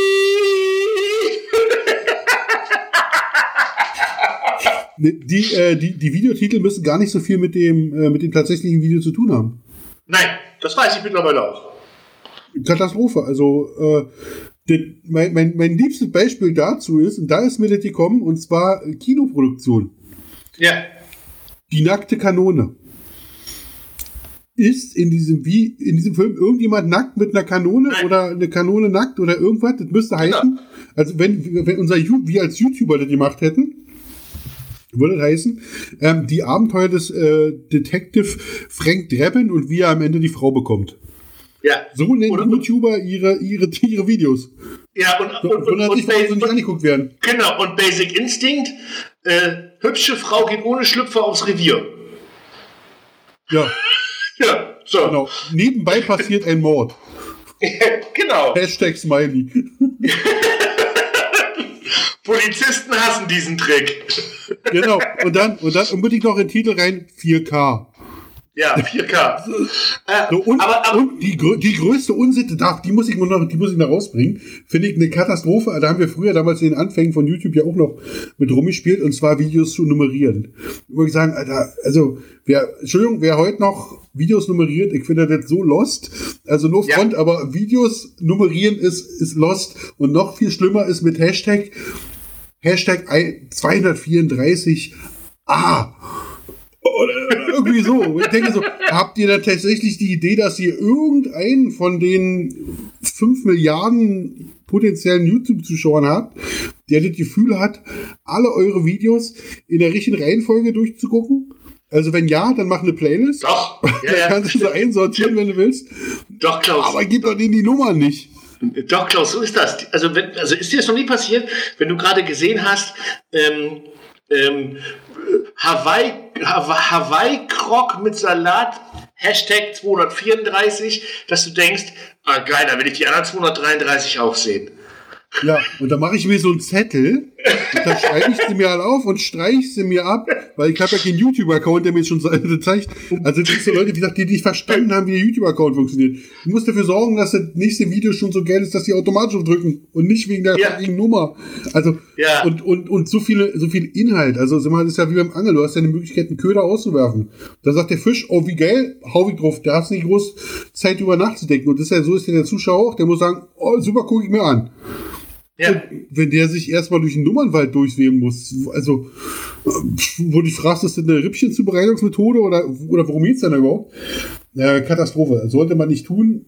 S1: Die Videotitel müssen gar nicht so viel mit dem tatsächlichen Video zu tun haben.
S2: Nein, das weiß ich mittlerweile auch.
S1: Katastrophe. Also mein liebstes Beispiel dazu ist, und da ist mir das gekommen, und zwar Kinoproduktion.
S2: Ja.
S1: Die nackte Kanone. Ist in diesem Film irgendjemand nackt mit einer Kanone? Nein. Oder eine Kanone nackt oder irgendwas? Das müsste heißen. Also wenn wir als YouTuber das gemacht hätten, würde das heißen, die Abenteuer des Detective Frank Drebin und wie er am Ende die Frau bekommt.
S2: Ja.
S1: So nennen YouTuber ihre Videos.
S2: Ja, und
S1: nicht angeguckt werden.
S2: Genau, und Basic Instinct, hübsche Frau geht ohne Schlüpfer aufs Revier.
S1: Ja.
S2: Ja, so.
S1: Genau. Nebenbei passiert ein Mord.
S2: Genau.
S1: #Smiley.
S2: Polizisten hassen diesen Trick.
S1: Genau. Und dann unbedingt noch in den Titel rein 4K.
S2: Ja, 4K.
S1: Und die größte Unsitte, die muss ich noch rausbringen, finde ich eine Katastrophe. Da haben wir früher damals in den Anfängen von YouTube ja auch noch mit rumgespielt, und zwar Videos zu nummerieren. Ich würde sagen, Alter, also wer heute noch Videos nummeriert, ich finde das so lost. Also no front, aber Videos nummerieren ist lost. Und noch viel schlimmer ist mit Hashtag 234A. Oder irgendwie so. Ich denke so, habt ihr da tatsächlich die Idee, dass ihr irgendeinen von den 5 Milliarden potenziellen YouTube-Zuschauern habt, der das Gefühl hat, alle eure Videos in der richtigen Reihenfolge durchzugucken? Also wenn ja, dann mach eine Playlist.
S2: Doch.
S1: Ja, kannst du so einsortieren, wenn du willst.
S2: Doch, Klaus.
S1: Aber gib doch denen die Nummern nicht.
S2: Doch, Klaus, so ist das. Also ist dir das noch nie passiert, wenn du gerade gesehen hast, Hawaii-Krog mit Salat, Hashtag 234, dass du denkst, geil, da will ich die anderen 233 auch sehen.
S1: Ja, und da mache ich mir so einen Zettel, da schreibe ich sie mir halt auf und streiche sie mir ab, weil ich habe ja keinen YouTube-Account, der mir schon zeigt. Also das sind so Leute, wie gesagt, die nicht verstanden haben, wie der YouTube-Account funktioniert. Du musst dafür sorgen, dass das nächste Video schon so geil ist, dass die automatisch drücken und nicht wegen der fucking Nummer. Also und so viel Inhalt. Also sag mal, das ist ja wie beim Angeln, du hast ja eine Möglichkeit, einen Köder auszuwerfen. Da sagt der Fisch, oh wie geil, hau ich drauf. Da hast du nicht groß Zeit drüber nachzudenken. Und das ist ja so, ist ja der Zuschauer auch, der muss sagen, oh super, gucke ich mir an. Ja. Wenn der sich erstmal durch den Nummernwald durchwählen muss, also wo du dich fragst, ist das eine Rippchenzubereitungsmethode oder worum geht's denn da überhaupt? Katastrophe, sollte man nicht tun.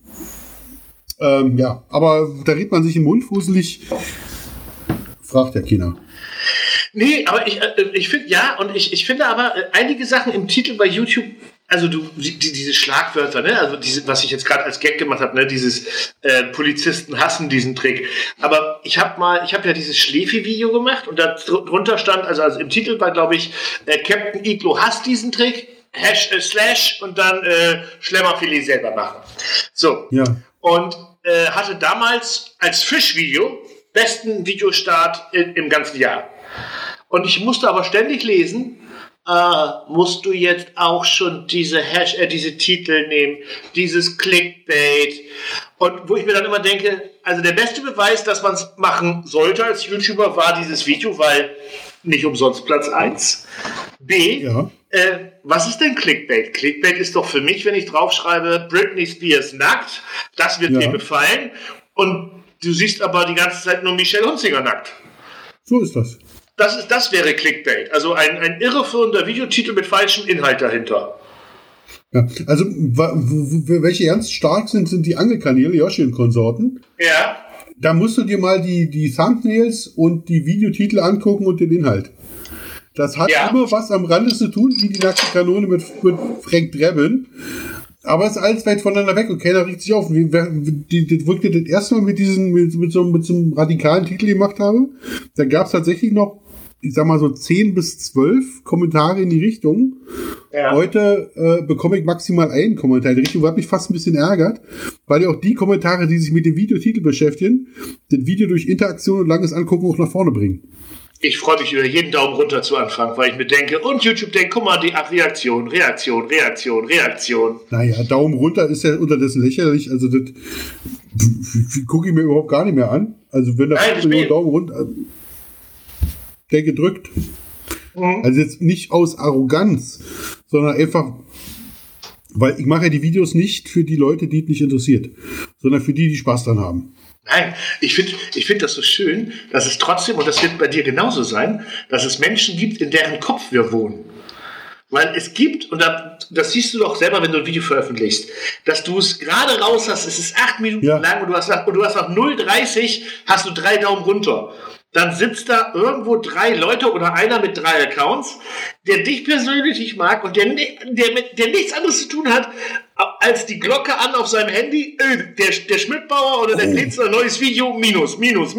S1: Aber da redet man sich im Mund fusselig, fragt ja keiner.
S2: Nee, aber ich finde, ja, und ich finde aber einige Sachen im Titel bei YouTube, also diese Schlagwörter, ne, also was ich jetzt gerade als Gag gemacht habe, ne, dieses Polizisten hassen diesen Trick. Aber ich habe ja dieses Schläfi-Video gemacht und da drunter stand, also im Titel war, glaube ich, Captain Iglo hasst diesen Trick, / und dann Schlemmerfilet selber machen. So. Ja. Und hatte damals als Fischvideo besten Videostart im ganzen Jahr. Und ich musste aber ständig lesen, musst du jetzt auch schon diese Titel nehmen, dieses Clickbait. Und wo ich mir dann immer denke, also der beste Beweis, dass man es machen sollte als YouTuber, war dieses Video, weil nicht umsonst Platz 1. B, ja. Was ist denn Clickbait? Clickbait ist doch für mich, wenn ich draufschreibe, Britney Spears nackt, das wird dir gefallen. Und du siehst aber die ganze Zeit nur Michelle Hunziker nackt.
S1: So ist das.
S2: Das wäre Clickbait. Also ein irreführender Videotitel mit falschem Inhalt dahinter.
S1: Ja, also welche ganz stark sind die Angelkanäle, Yoshi und Konsorten.
S2: Ja.
S1: Da musst du dir mal die Thumbnails und die Videotitel angucken und den Inhalt. Das hat immer was am Rande zu tun, wie die nackte Kanone mit Frank Drebin. Aber es ist alles weit voneinander weg und keiner regt sich auf. Wo ich das erste Mal mit so einem radikalen Titel gemacht habe, da gab es tatsächlich noch, ich sag mal so 10 bis 12 Kommentare in die Richtung. Ja. Heute bekomme ich maximal einen Kommentar in die Richtung, was mich fast ein bisschen ärgert, weil ja auch die Kommentare, die sich mit dem Videotitel beschäftigen, das Video durch Interaktion und langes Angucken auch nach vorne bringen.
S2: Ich freue mich über jeden Daumen runter zu Anfang, weil ich mir denke, und YouTube denkt, guck mal, die Reaktion.
S1: Naja, Daumen runter ist ja unterdessen lächerlich, also das gucke ich mir überhaupt gar nicht mehr an. Also wenn da Daumen runter, der gedrückt. Mhm. Also jetzt nicht aus Arroganz, sondern einfach, weil ich mache ja die Videos nicht für die Leute, die es nicht interessiert, sondern für die Spaß dran haben.
S2: Nein, ich find das so schön, dass es trotzdem, und das wird bei dir genauso sein, dass es Menschen gibt, in deren Kopf wir wohnen. Weil es gibt, und das siehst du doch selber, wenn du ein Video veröffentlichst, dass du es gerade raus hast, es ist 8 Minuten lang und du hast nach 0,30 hast du 3 Daumen runter. Dann sitzt da irgendwo 3 Leute oder einer mit 3 Accounts, der dich persönlich nicht mag und der nichts anderes zu tun hat, als die Glocke an auf seinem Handy, der Schmidtbauer oder der Glitzer, neues Video, minus.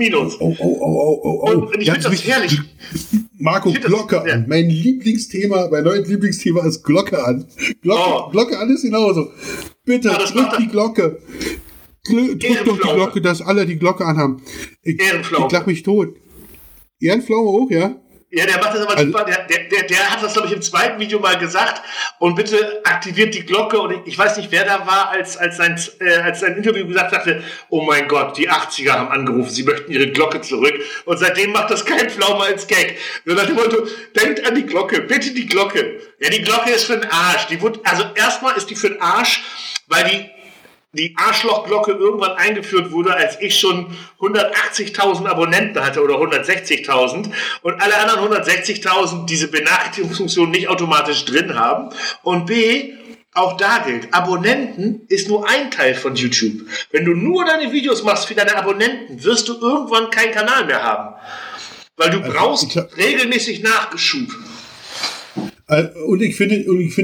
S2: Und ich finde das herrlich.
S1: Marco, Glocke an. Mein Lieblingsthema, mein neues Lieblingsthema ist Glocke an. Glocke an ist genauso. Bitte, drückt die Glocke. Drückt doch die Glocke, dass alle die Glocke anhaben. Ich lach mich tot. Ehrenpflaume hoch, ja?
S2: Ja, der macht das aber super. Der hat das, glaube ich, im zweiten Video mal gesagt. Und bitte aktiviert die Glocke. Und ich weiß nicht, wer da war, als sein Interview gesagt hatte, oh mein Gott, die 80er haben angerufen, sie möchten ihre Glocke zurück. Und seitdem macht das kein Pflaume als Gag. Nur nach dem Motto, denkt an die Glocke, bitte die Glocke. Ja, die Glocke ist für den Arsch. Also erstmal ist die für den Arsch, weil die Arschlochglocke irgendwann eingeführt wurde, als ich schon 180.000 Abonnenten hatte oder 160.000 und alle anderen 160.000 diese Benachrichtigungsfunktion nicht automatisch drin haben. Und B, auch da gilt, Abonnenten ist nur ein Teil von YouTube. Wenn du nur deine Videos machst für deine Abonnenten, wirst du irgendwann keinen Kanal mehr haben. Weil du brauchst regelmäßig Nachgeschub.
S1: Und ich finde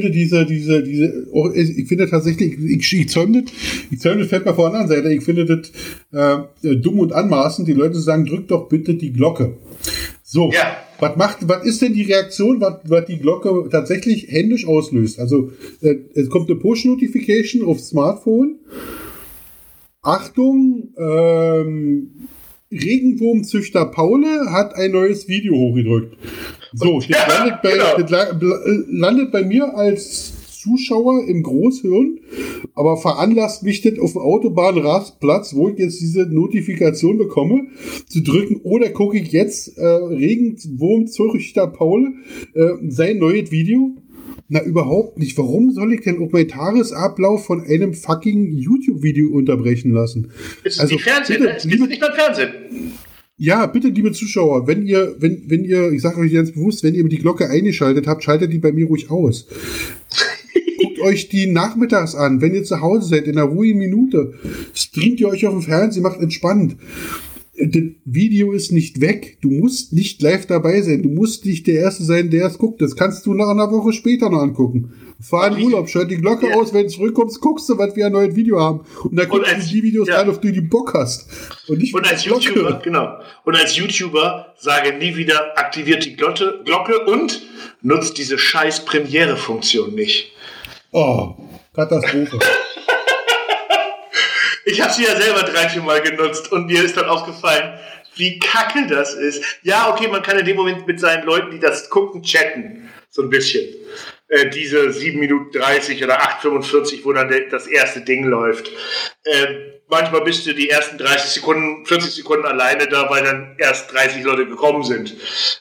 S1: tatsächlich, ich zäume das fällt mir vor der anderen Seite, ich finde das dumm und anmaßend, die Leute sagen, drück doch bitte die Glocke. So, was ist denn die Reaktion, was die Glocke tatsächlich händisch auslöst? Also, es kommt eine Push-Notification aufs Smartphone. Achtung, Regenwurmzüchter Paule hat ein neues Video hochgedrückt. So, das landet bei mir als Zuschauer im Großhirn, aber veranlasst mich das auf dem Autobahnrastplatz, wo ich jetzt diese Notifikation bekomme, zu drücken, oder gucke ich jetzt Regenwurmzüchter Paule sein neues Video? Na, überhaupt nicht. Warum soll ich denn auch meinen Tagesablauf von einem fucking YouTube-Video unterbrechen lassen?
S2: Es ist nicht Fernsehen, es ist nicht beim Fernsehen.
S1: Ja, bitte, liebe Zuschauer, wenn ihr, ich sage euch ganz bewusst, wenn ihr die Glocke eingeschaltet habt, schaltet die bei mir ruhig aus. Guckt euch die nachmittags an, wenn ihr zu Hause seid, in einer ruhigen Minute. Streamt ihr euch auf dem Fernsehen, macht entspannt. das Video ist nicht weg. Du musst nicht live dabei sein. Du musst nicht der Erste sein, der es guckt. Das kannst du nach einer Woche später noch angucken. Fahr in Urlaub, schalt die Glocke aus, wenn du zurückkommst, guckst du, was wir ein neues Video haben. Und dann guckst du die Videos an, auf die du Bock hast. Und nicht
S2: und als YouTuber, genau. Und als YouTuber sage nie wieder, aktiviert die Glocke und nutzt diese scheiß Premiere-Funktion nicht.
S1: Oh, Katastrophe.
S2: Ich habe sie ja selber 3-4 Mal genutzt und mir ist dann aufgefallen, wie kacke das ist. Ja, okay, man kann in dem Moment mit seinen Leuten, die das gucken, chatten. So ein bisschen. Diese 7 Minuten 30 oder 8,45, wo dann das erste Ding läuft. Manchmal bist du die ersten 30 Sekunden, 40 Sekunden alleine da, weil dann erst 30 Leute gekommen sind.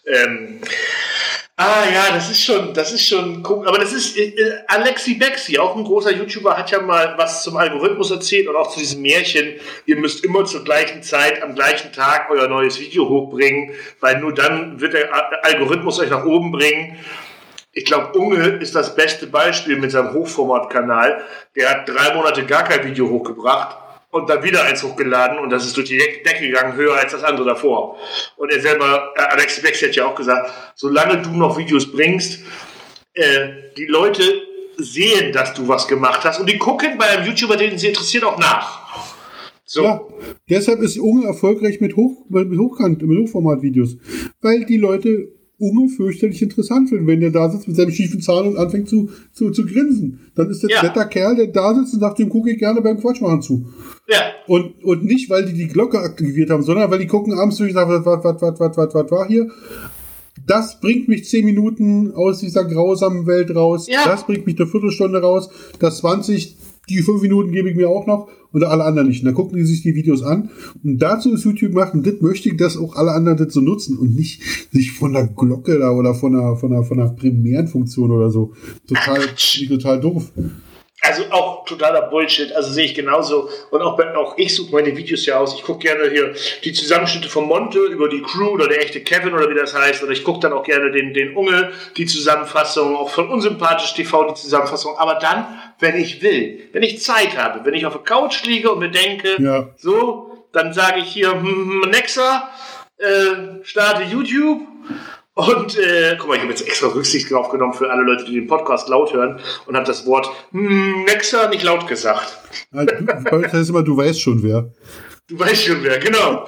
S2: Das ist schon cool. Aber das ist Alexi Bexi, auch ein großer YouTuber, hat ja mal was zum Algorithmus erzählt und auch zu diesem Märchen, ihr müsst immer zur gleichen Zeit, am gleichen Tag euer neues Video hochbringen, weil nur dann wird der Algorithmus euch nach oben bringen. Ich glaube, Unge ist das beste Beispiel mit seinem Hochformatkanal. Der hat 3 Monate gar kein Video hochgebracht und dann wieder eins hochgeladen und das ist durch die Decke gegangen, höher als das andere davor. Und er selber, Alex Bex hat ja auch gesagt, solange du noch Videos bringst, die Leute sehen, dass du was gemacht hast und die gucken bei einem YouTuber, den sie interessiert, auch nach. So.
S1: Ja, deshalb ist Unge erfolgreich mit Hochformat-Videos, weil die Leute Unge fürchterlich interessant finden, wenn der da sitzt mit seinem schiefen Zahn und anfängt zu grinsen. Dann ist das ein netter Kerl, der da sitzt und sagt, dem gucke ich gerne beim Quatschmachen zu.
S2: Ja.
S1: Und nicht, weil die Glocke aktiviert haben, sondern weil die gucken abends durch und sagen, was war hier? Das bringt mich 10 Minuten aus dieser grausamen Welt raus. Ja. Das bringt mich eine Viertelstunde raus. Das 20, die 5 Minuten gebe ich mir auch noch und alle anderen nicht. Und dann gucken die sich die Videos an. Und dazu ist YouTube gemacht. Und das möchte ich, dass auch alle anderen das so nutzen und nicht sich von der Glocke da oder von der primären Funktion oder so. Total doof.
S2: Also auch totaler Bullshit, also sehe ich genauso. Und auch ich suche meine Videos ja aus. Ich gucke gerne hier die Zusammenschnitte von Monte über die Crew oder der echte Kevin oder wie das heißt. Oder ich gucke dann auch gerne den Unge, die Zusammenfassung, auch von Unsympathisch TV die Zusammenfassung. Aber dann, wenn ich will, wenn ich Zeit habe, wenn ich auf der Couch liege und mir denke, so, dann sage ich hier, Nexa, starte YouTube. Und guck mal, ich habe jetzt extra Rücksicht drauf genommen für alle Leute, die den Podcast laut hören und habe das Wort Nexa nicht laut gesagt.
S1: Das heißt immer, du weißt schon wer.
S2: Du weißt schon wer, genau.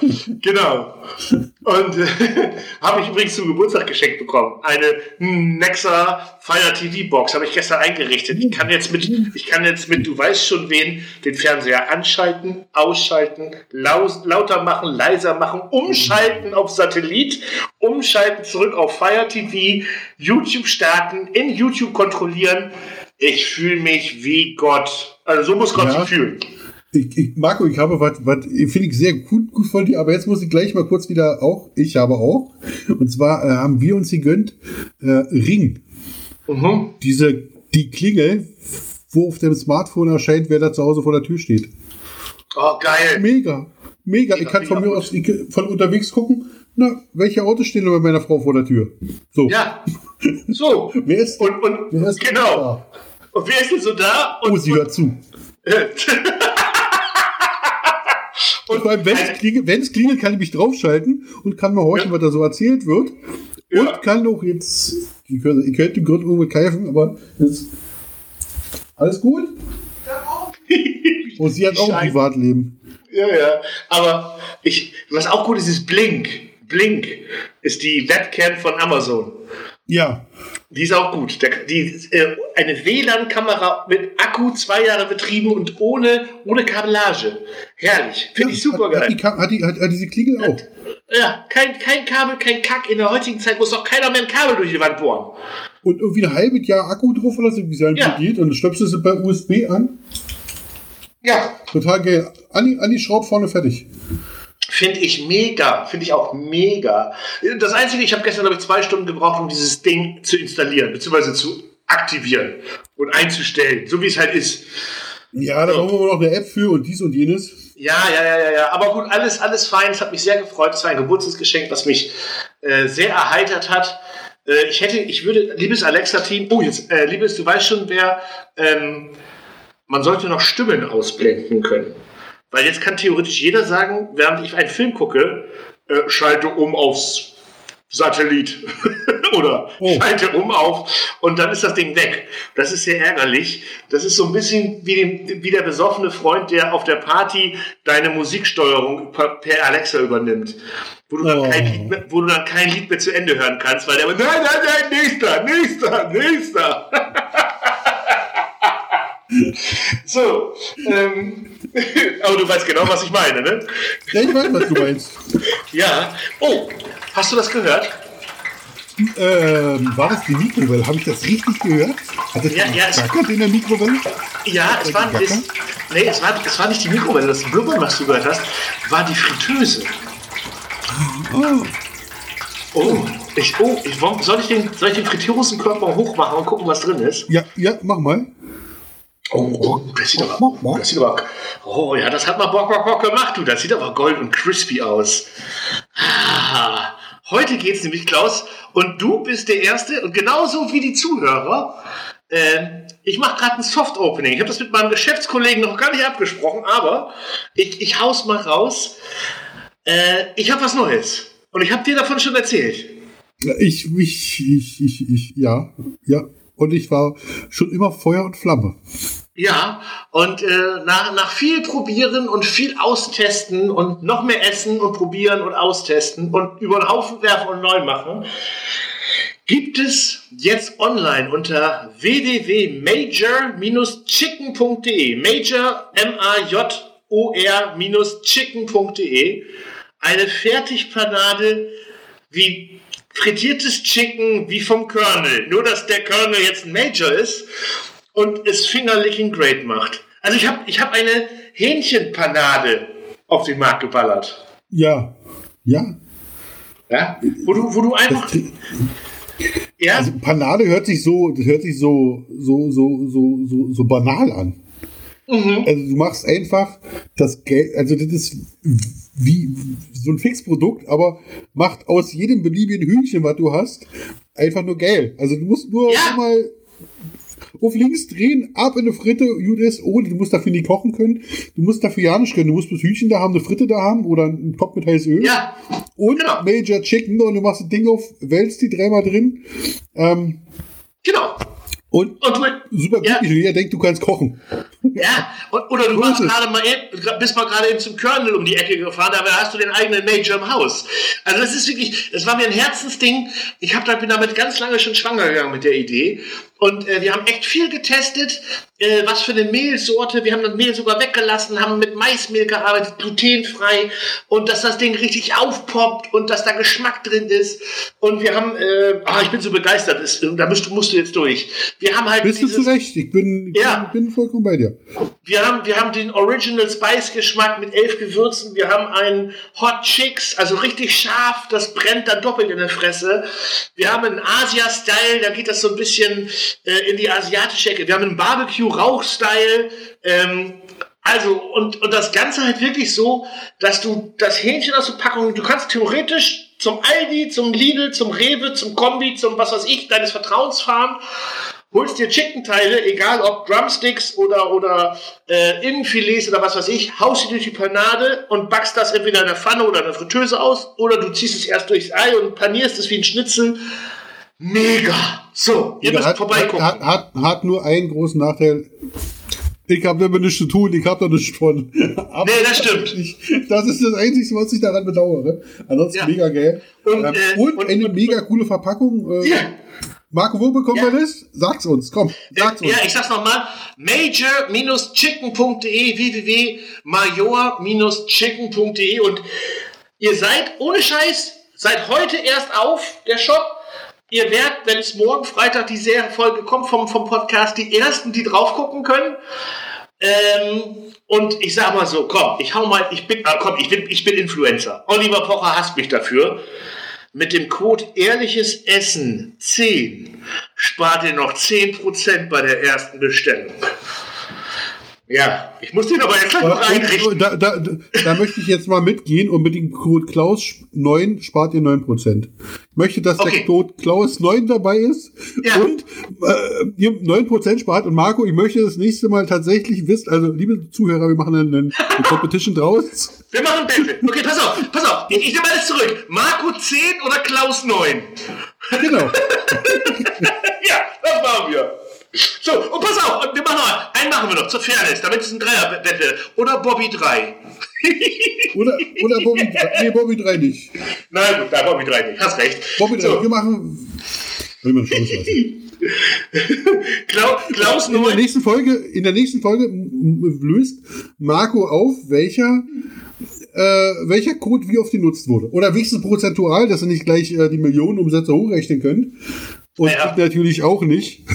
S2: Und habe ich übrigens zum Geburtstag geschenkt bekommen. Eine Nexa Fire TV Box habe ich gestern eingerichtet. Ich kann jetzt mit du weißt schon wen, den Fernseher anschalten, ausschalten, lauter machen, leiser machen, umschalten auf Satellit, umschalten zurück auf Fire TV, YouTube starten, in YouTube kontrollieren. Ich fühle mich wie Gott. Also so muss Gott sich fühlen.
S1: Marco, ich habe was finde ich sehr gut von dir, aber jetzt muss ich gleich mal kurz wieder ich habe auch. Und zwar haben wir uns gegönnt, Ring. Mhm. Die Klingel, wo auf dem Smartphone erscheint, wer da zu Hause vor der Tür steht.
S2: Oh, geil.
S1: Mega. Ich kann von mir aus von unterwegs gucken, welche Autos stehen bei meiner Frau vor der Tür. So.
S2: Ja. So.
S1: Wer ist
S2: genau.
S1: Da?
S2: Und wer ist denn so da?
S1: Sie hört zu. Und vor allem, wenn es klingelt, kann ich mich draufschalten und kann mal horchen, was da so erzählt wird. Ja. Und kann auch jetzt, ich könnte im Grunde irgendwo keifen, aber jetzt, alles gut? Und sie hat auch ein Privatleben.
S2: Ja, aber was auch gut ist, ist Blink. Blink ist die Webcam von Amazon.
S1: Ja.
S2: Die ist auch gut. Eine WLAN-Kamera mit Akku, 2 Jahre betrieben und ohne Kabellage. Herrlich. Finde ich super geil.
S1: Hat diese Klingel auch.
S2: Ja, kein Kabel, kein Kack. In der heutigen Zeit muss doch keiner mehr ein Kabel durch die Wand bohren.
S1: Und irgendwie ein halbes Jahr Akku drauf oder so, wie es halt geht. Und dann stöpselst du bei USB an.
S2: Ja.
S1: Total geil. An die Schraube vorne fertig.
S2: Finde ich mega. Finde ich auch mega. Das Einzige, ich habe gestern, glaube ich, 2 Stunden gebraucht, um dieses Ding zu installieren, beziehungsweise zu aktivieren und einzustellen, so wie es halt ist.
S1: Ja, da brauchen wir noch eine App für und dies und jenes.
S2: Ja. Aber gut, alles fein. Es hat mich sehr gefreut. Es war ein Geburtstagsgeschenk, was mich sehr erheitert hat. Ich würde, liebes Alexa-Team, du weißt schon, wer, man sollte noch Stimmen ausblenden können. Weil jetzt kann theoretisch jeder sagen, während ich einen Film gucke, schalte um aufs Satellit oder schalte um auf und dann ist das Ding weg. Das ist sehr ärgerlich. Das ist so ein bisschen wie der besoffene Freund, der auf der Party deine Musiksteuerung per Alexa übernimmt. Wo du dann kein Lied mehr zu Ende hören kannst, weil der aber, nein, nächster. So, aber du weißt genau, was ich meine, ne?
S1: Ja, ich weiß, was du meinst.
S2: Ja. Oh, hast du das gehört?
S1: War das die Mikrowelle? Habe ich das richtig gehört? Hat das gegackert in der Mikrowelle?
S2: Ja, es war nicht die Mikrowelle. Das Blubbern, was du gehört hast, war die Fritteuse. Soll ich den Fritteusenkörper hochmachen und gucken, was drin ist?
S1: Ja, mach mal.
S2: Das sieht aber. Oh ja, das hat mal Bock gemacht, du. Das sieht aber gold und crispy aus. Heute geht's nämlich, Klaus, und du bist der Erste, und genauso wie die Zuhörer, ich mache gerade ein Soft-Opening. Ich habe das mit meinem Geschäftskollegen noch gar nicht abgesprochen, aber ich hau's mal raus. Ich habe was Neues. Und ich habe dir davon schon erzählt.
S1: Ja. Und ich war schon immer Feuer und Flamme.
S2: Ja, und nach viel Probieren und viel Austesten und noch mehr Essen und Probieren und Austesten und über den Haufen werfen und neu machen, gibt es jetzt online unter www.major-chicken.de, Major, MAJOR-chicken.de, eine Fertigpanade wie frittiertes Chicken wie vom Colonel. Nur, dass der Colonel jetzt ein Major ist und es Fingerlicking great macht. Also ich hab eine Hähnchenpanade auf den Markt geballert.
S1: Ja.
S2: Ja? Wo du einfach... Ja?
S1: Also Panade hört sich so banal an. Mhm. Also du machst einfach das Geld, also das ist wie so ein Fixprodukt, aber macht aus jedem beliebigen Hühnchen, was du hast, einfach nur geil. Also du musst nur mal auf links drehen, ab in eine Fritte, du musst dafür nicht kochen können, du musst dafür ja nicht können, du musst das Hühnchen da haben, eine Fritte da haben oder einen Topf mit heißem Öl.
S2: Ja.
S1: Und genau. Major Chicken und du machst das Ding auf, wälzt die dreimal drin.
S2: Genau.
S1: Und super glücklich, jeder denkt, du kannst kochen.
S2: Ja, oder du warst bist mal gerade eben zum Colonel um die Ecke gefahren, da hast du den eigenen Major im Haus. Also das ist wirklich, das war mir ein Herzensding. Bin damit ganz lange schon schwanger gegangen mit der Idee. Und wir haben echt viel getestet, was für eine Mehlsorte. Wir haben das Mehl sogar weggelassen, haben mit Maismehl gearbeitet, glutenfrei. Und dass das Ding richtig aufpoppt und dass da Geschmack drin ist. Und wir haben, ich bin so begeistert, da musst du jetzt durch. Wir haben halt
S1: bist du zurecht, ich bin vollkommen bei dir.
S2: Wir haben den Original Spice Geschmack mit 11 Gewürzen. Wir haben einen Hot Chicks, also richtig scharf, das brennt dann doppelt in der Fresse. Wir haben einen Asia-Style, da geht das so ein bisschen in die asiatische Ecke. Wir haben einen Barbecue-Rauch-Style. Und das Ganze halt wirklich so, dass du das Hähnchen aus der Packung, du kannst theoretisch zum Aldi, zum Lidl, zum Rewe, zum Kombi, zum was weiß ich, deines Vertrauens fahren, holst dir Chicken-Teile, egal ob Drumsticks oder Innenfilets oder was weiß ich, haust sie durch die Panade und backst das entweder in der Pfanne oder in der Fritteuse aus oder du ziehst es erst durchs Ei und panierst es wie ein Schnitzel. Mega! So, ihr müsst vorbeigucken.
S1: Hat nur einen großen Nachteil. Ich habe damit nichts zu tun, ich habe da nichts von.
S2: Nee, das stimmt.
S1: Das ist das Einzige, was ich daran bedauere. Ansonsten mega geil. Und eine mega coole Verpackung. Marco, wo bekommen wir das? Sag's uns, komm. Sag's uns.
S2: Ja, ich sag's nochmal. Major-chicken.de, www.major-chicken.de und ihr seid, ohne Scheiß, seit heute erst auf, der Shop. Ihr werdet, wenn es morgen Freitag die Folge kommt vom Podcast, die Ersten, die drauf gucken können. Und ich sag mal so, ich bin Influencer. Oliver Pocher hasst mich dafür. Mit dem Code ehrliches Essen 10 spart ihr noch 10% bei der ersten Bestellung. Ja, ich muss den aber jetzt gleich noch einrichten.
S1: Da möchte ich jetzt mal mitgehen und mit dem Code Klaus9 spart ihr 9%. Ich möchte, dass der Code Klaus9 dabei ist und ihr 9% spart. Und Marco, ich möchte das nächste Mal tatsächlich wissen, also liebe Zuhörer, wir machen eine Competition draus.
S2: Wir machen Battle. Okay, pass auf. Ich nehme alles zurück. Marco 10 oder Klaus 9?
S1: Genau.
S2: Ja, das machen wir. So, und pass auf, wir machen noch einen machen wir noch zur Fairness, damit es ein Dreier-Battle. Oder Bobby 3.
S1: oder Bobby 3. Nee, Bobby 3 nicht.
S2: Nein, gut, Bobby 3 nicht. Hast recht.
S1: Bobby 3, so. Wir machen. Will man Chance lassen.
S2: Klaus
S1: in der nächsten Folge löst Marco auf, welcher Code wie oft genutzt wurde. Oder wenigstens prozentual, dass ihr nicht gleich die Millionenumsätze hochrechnen könnt. Und ich natürlich auch nicht.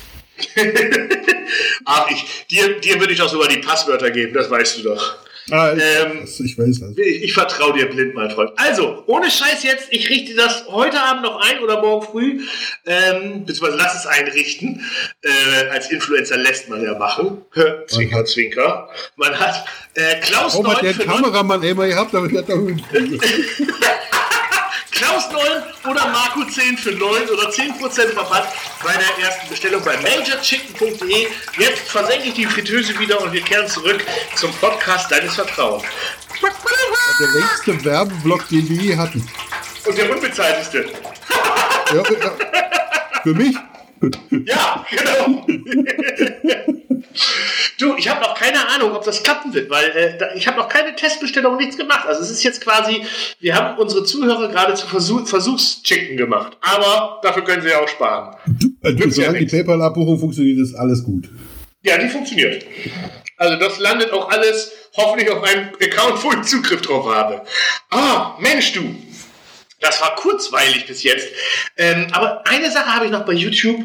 S2: Ach, dir würde ich doch sogar die Passwörter geben, das weißt du doch.
S1: Ich weiß das.
S2: Ich vertraue dir blind, mein Freund. Also, ohne Scheiß jetzt, ich richte das heute Abend noch ein oder morgen früh, beziehungsweise lass es einrichten. Als Influencer lässt man ja machen. Zwinker, Zwinker. Man hat Klaus 9
S1: der Kameramann immer gehabt, damit hat er
S2: Klaus 9 oder Marco 10 für 9 oder 10% Rabatt bei der ersten Bestellung bei majorchicken.de. Jetzt versenke ich die Fritteuse wieder und wir kehren zurück zum Podcast deines Vertrauens.
S1: Der längste Werbeblock, den wir je hatten.
S2: Und der unbezahlteste.
S1: Ja, für mich?
S2: Ja, genau. Du, ich habe noch keine Ahnung, ob das klappen wird, weil ich habe noch keine Testbestellung, nichts gemacht. Also es ist jetzt quasi, wir haben unsere Zuhörer gerade zu Versuchschecken gemacht. Aber dafür können sie ja auch sparen.
S1: Solange die PayPal-Abbuchung funktioniert, ist alles gut.
S2: Ja, die funktioniert. Also das landet auch alles hoffentlich auf einem Account, wo ich Zugriff drauf habe. Ah, Mensch du. Das war kurzweilig bis jetzt. Aber eine Sache habe ich noch bei YouTube,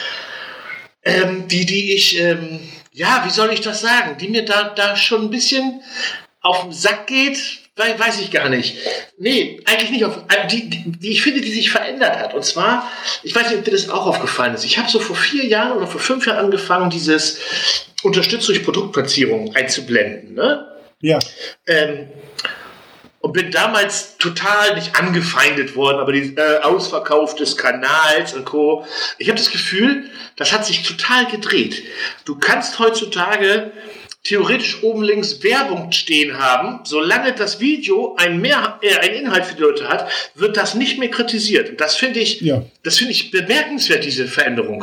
S2: die ich, wie soll ich das sagen, die mir da schon ein bisschen auf den Sack geht, weiß ich gar nicht. Nee, eigentlich nicht. Die ich finde, die sich verändert hat. Und zwar, ich weiß nicht, ob dir das auch aufgefallen ist. Ich habe so vor 4 Jahren oder vor 5 Jahren angefangen, dieses Unterstützung durch Produktplatzierung einzublenden. Ne?
S1: Ja.
S2: Und bin damals total nicht angefeindet worden, aber die Ausverkauf des Kanals und Co. Ich habe das Gefühl, das hat sich total gedreht. Du kannst heutzutage theoretisch oben links Werbung stehen haben. Solange das Video einen Inhalt für die Leute hat, wird das nicht mehr kritisiert. Und das finde ich bemerkenswert, diese Veränderung.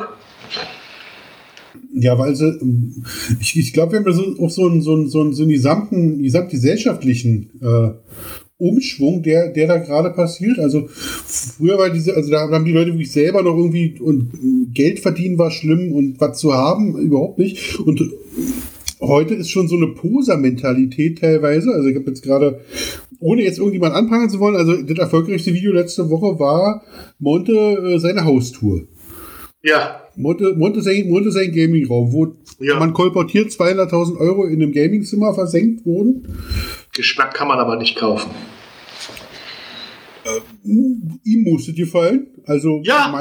S1: Ja, weil ich glaube, wir haben auch so einen gesamten gesellschaftlichen Umschwung, der da gerade passiert. Also früher war da haben die Leute wirklich selber noch irgendwie, und Geld verdienen war schlimm und was zu haben überhaupt nicht. Und heute ist schon so eine Poser-Mentalität teilweise. Also ich habe jetzt gerade, ohne jetzt irgendjemand anprangern zu wollen, also das erfolgreichste Video letzte Woche war Monte seine Haustour.
S2: Ja.
S1: Monte sein Gaming-Raum, wo man kolportiert 200.000 Euro in einem Gaming-Zimmer versenkt wurden.
S2: Geschmack kann man aber nicht kaufen.
S1: Ihm musste dir fallen. Also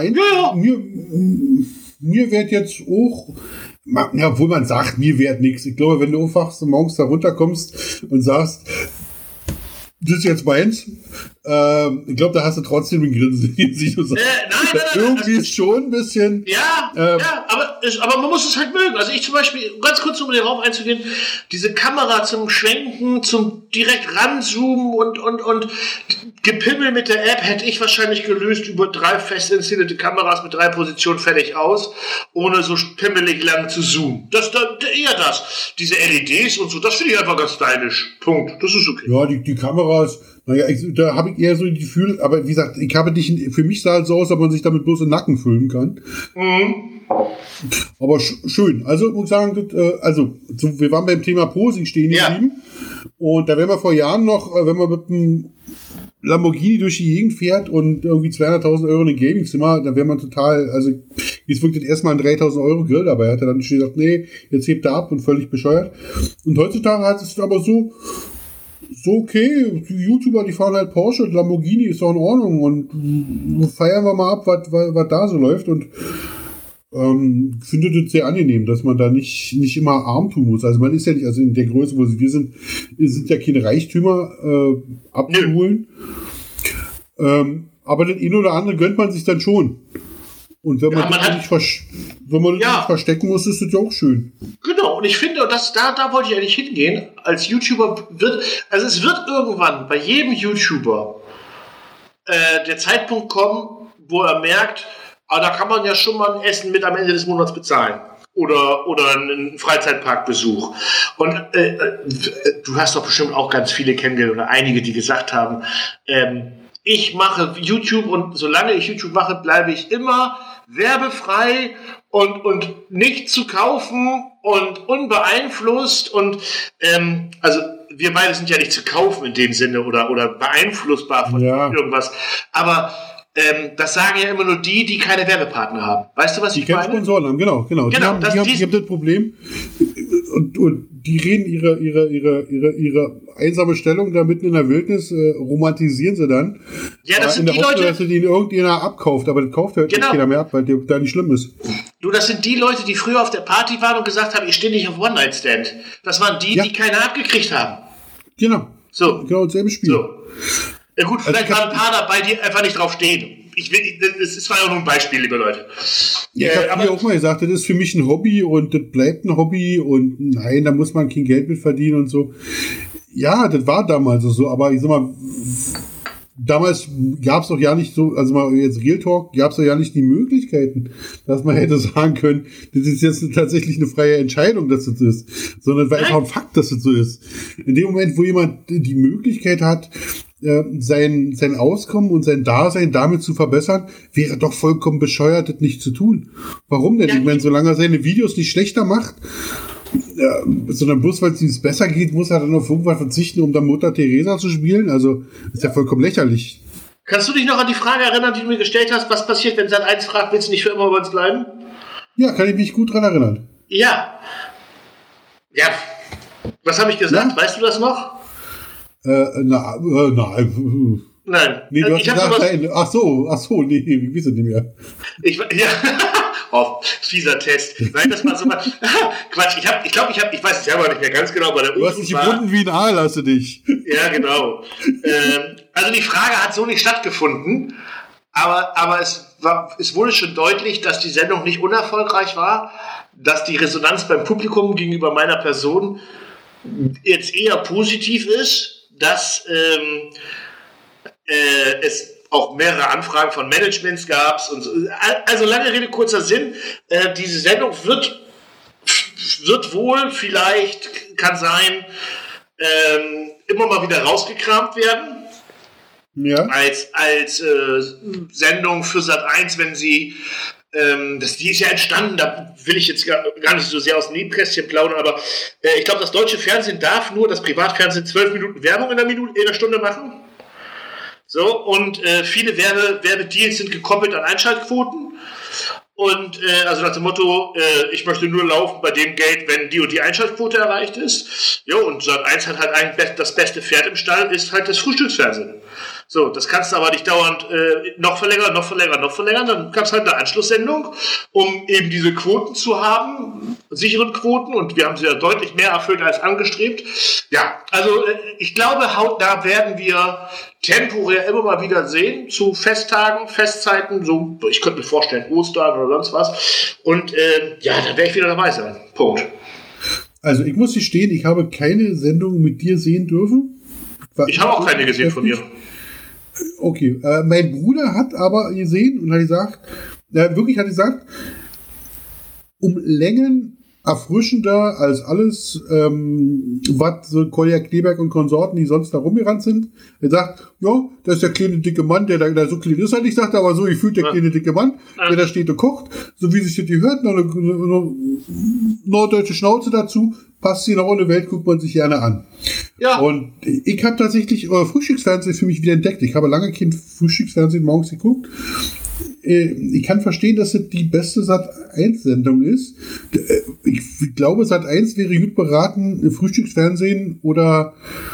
S1: mir wird jetzt auch, obwohl man sagt, mir wird nichts. Ich glaube, wenn du aufwachst und morgens da runterkommst und sagst, das ist jetzt meins. Ich glaube, da hast du trotzdem ein Grinsen in sich. Nein. Irgendwie ist schon ein bisschen.
S2: Ja, aber man muss es halt mögen. Also ich zum Beispiel, ganz kurz um den Raum einzugehen, diese Kamera zum Schwenken, zum direkt ranzoomen und Gepimmel mit der App hätte ich wahrscheinlich gelöst über 3 fest installierte Kameras mit 3 Positionen fertig aus, ohne so pimmelig lang zu zoomen. Eher das. Diese LEDs und so, das finde ich einfach ganz stylisch. Punkt. Das ist okay.
S1: Ja, die Kameras, da habe ich eher so die Gefühl, aber wie gesagt, für mich sah es so aus, dass man sich damit bloß den Nacken füllen kann. Mhm. Aber schön. Also, muss ich sagen, wir waren beim Thema Posing stehen geblieben. Und da wären wir vor Jahren noch, wenn man mit einem Lamborghini durch die Gegend fährt und irgendwie 200.000 Euro in ein Gaming-Zimmer, da wäre man total, also jetzt wirklich erstmal ein 3.000 Euro Grill dabei. Hat er dann schon gesagt, nee, jetzt hebt er ab und völlig bescheuert. Und heutzutage hat es aber so okay, die YouTuber, die fahren halt Porsche und Lamborghini, ist doch in Ordnung und feiern wir mal ab, was da so läuft. Und finde das sehr angenehm, dass man da nicht immer arm tun muss. Also man ist ja nicht, also in der Größe, wo wir sind ja keine Reichtümer abzuholen. Aber das eine oder andere gönnt man sich dann schon. Und wenn man das nicht verstecken muss, ist das ja auch schön.
S2: Genau, und ich finde, da wollte ich eigentlich hingehen, als YouTuber es wird irgendwann bei jedem YouTuber der Zeitpunkt kommen, wo er merkt, da kann man ja schon mal ein Essen mit am Ende des Monats bezahlen. Oder einen Freizeitparkbesuch. Und du hast doch bestimmt auch ganz viele kennengelernt oder einige, die gesagt haben, ich mache YouTube und solange ich YouTube mache, bleibe ich immer werbefrei und nicht zu kaufen und unbeeinflusst. Und also wir beide sind ja nicht zu kaufen in dem Sinne oder beeinflussbar von irgendwas. Aber das sagen ja immer nur die keine Werbepartner haben. Weißt du, was ich meine? Die keine
S1: Sponsoren haben, genau. Die haben das Problem und die reden ihre einsame Stellung da mitten in der Wildnis, romantisieren sie dann.
S2: Ja, das sind
S1: die Leute, dass sie den irgendjemand abkauft, aber das kauft halt nicht keiner mehr ab, weil der da nicht schlimm ist.
S2: Du, das sind die Leute, die früher auf der Party waren und gesagt haben, ich stehe nicht auf One-Night-Stand. Das waren die keiner abgekriegt haben.
S1: Genau.
S2: So.
S1: Genau, dasselbe Spiel.
S2: So. Ja gut, vielleicht waren ein paar dabei, die einfach nicht drauf stehen. Das war ja nur ein Beispiel, liebe Leute.
S1: Ja, ich habe auch mal gesagt, das ist für mich ein Hobby und das bleibt ein Hobby und nein, da muss man kein Geld mit verdienen und so. Ja, das war damals so, aber ich sag mal, damals gab es doch ja nicht so, also mal jetzt Real Talk, gab es doch ja nicht die Möglichkeiten, dass man hätte sagen können, das ist jetzt tatsächlich eine freie Entscheidung, dass das ist, sondern war einfach ein Fakt, dass das so ist. In dem Moment, wo jemand die Möglichkeit hat, sein Auskommen und sein Dasein damit zu verbessern, wäre doch vollkommen bescheuert, das nicht zu tun. Warum denn? Ja. Ich meine, solange er seine Videos nicht schlechter macht, sondern bloß, weil es ihm besser geht, muss er dann auf irgendwas verzichten, um dann Mutter Teresa zu spielen. Also, ist ja vollkommen lächerlich.
S2: Kannst du dich noch an die Frage erinnern, die du mir gestellt hast, was passiert, wenn Sat.1 fragt, willst du nicht für immer bei uns bleiben?
S1: Ja, kann ich mich gut dran erinnern.
S2: Ja. Ja. Was habe ich gesagt? Ja? Weißt du das noch?
S1: Nein.
S2: Nein.
S1: Nee, du hast gesagt, ach so, nee, ich weiß es nicht mehr.
S2: Fieser Test. Nein, das war so mal. Quatsch, ich weiß es selber nicht mehr ganz genau, aber der
S1: Du hast dich gefunden wie ein Aal, hast du dich.
S2: Ja, genau. Also die Frage hat so nicht stattgefunden, aber es wurde schon deutlich, dass die Sendung nicht unerfolgreich war, dass die Resonanz beim Publikum gegenüber meiner Person jetzt eher positiv ist, dass es auch mehrere Anfragen von Managements gab. Also lange Rede, kurzer Sinn, diese Sendung wird wohl, vielleicht, kann sein, immer mal wieder rausgekramt werden.
S1: Ja.
S2: Als Sendung für Sat.1, wenn sie die ist ja entstanden, da will ich jetzt gar nicht so sehr aus dem Nähkästchen plaudern, aber ich glaube, das deutsche Fernsehen darf nur, das Privatfernsehen 12 Minuten Werbung in der Stunde machen. So, und viele Werbedeals sind gekoppelt an Einschaltquoten. Und also nach dem Motto, ich möchte nur laufen bei dem Geld, wenn die und die Einschaltquote erreicht ist. Jo, und Sat.1 hat halt eigentlich das beste Pferd im Stall, ist halt das Frühstücksfernsehen. So, das kannst du aber nicht dauernd noch verlängern. Dann gab es halt eine Anschlusssendung, um eben diese Quoten zu haben, sicheren Quoten, und wir haben sie ja deutlich mehr erfüllt als angestrebt. Ja, also ich glaube, da werden wir temporär immer mal wieder sehen, zu Festtagen, Festzeiten, so, ich könnte mir vorstellen, Ostern oder sonst was. Und da werde ich wieder dabei sein. Punkt.
S1: Also ich muss gestehen, ich habe keine Sendung mit dir sehen dürfen.
S2: Ich habe auch keine gesehen von dir.
S1: Okay, mein Bruder hat aber gesehen und hat gesagt, um Längen erfrischender als alles, was so Kolja Kleberg und Konsorten, die sonst da rumgerannt sind. Er sagt, ja, das ist der kleine dicke Mann, der da so klein ist, halt nicht, sagt aber so, ich fühle der kleine dicke Mann, der da steht und kocht, so wie sich das gehört, noch eine norddeutsche Schnauze dazu, passt sie nach ohne Welt, guckt man sich gerne an. Ja. Und ich habe tatsächlich Frühstücksfernsehen für mich wieder entdeckt. Ich habe lange kein Frühstücksfernsehen morgens geguckt. Ich kann verstehen, dass es die beste Sat.1-Sendung ist. Ich glaube, Sat.1 wäre gut beraten, Frühstücksfernsehen oder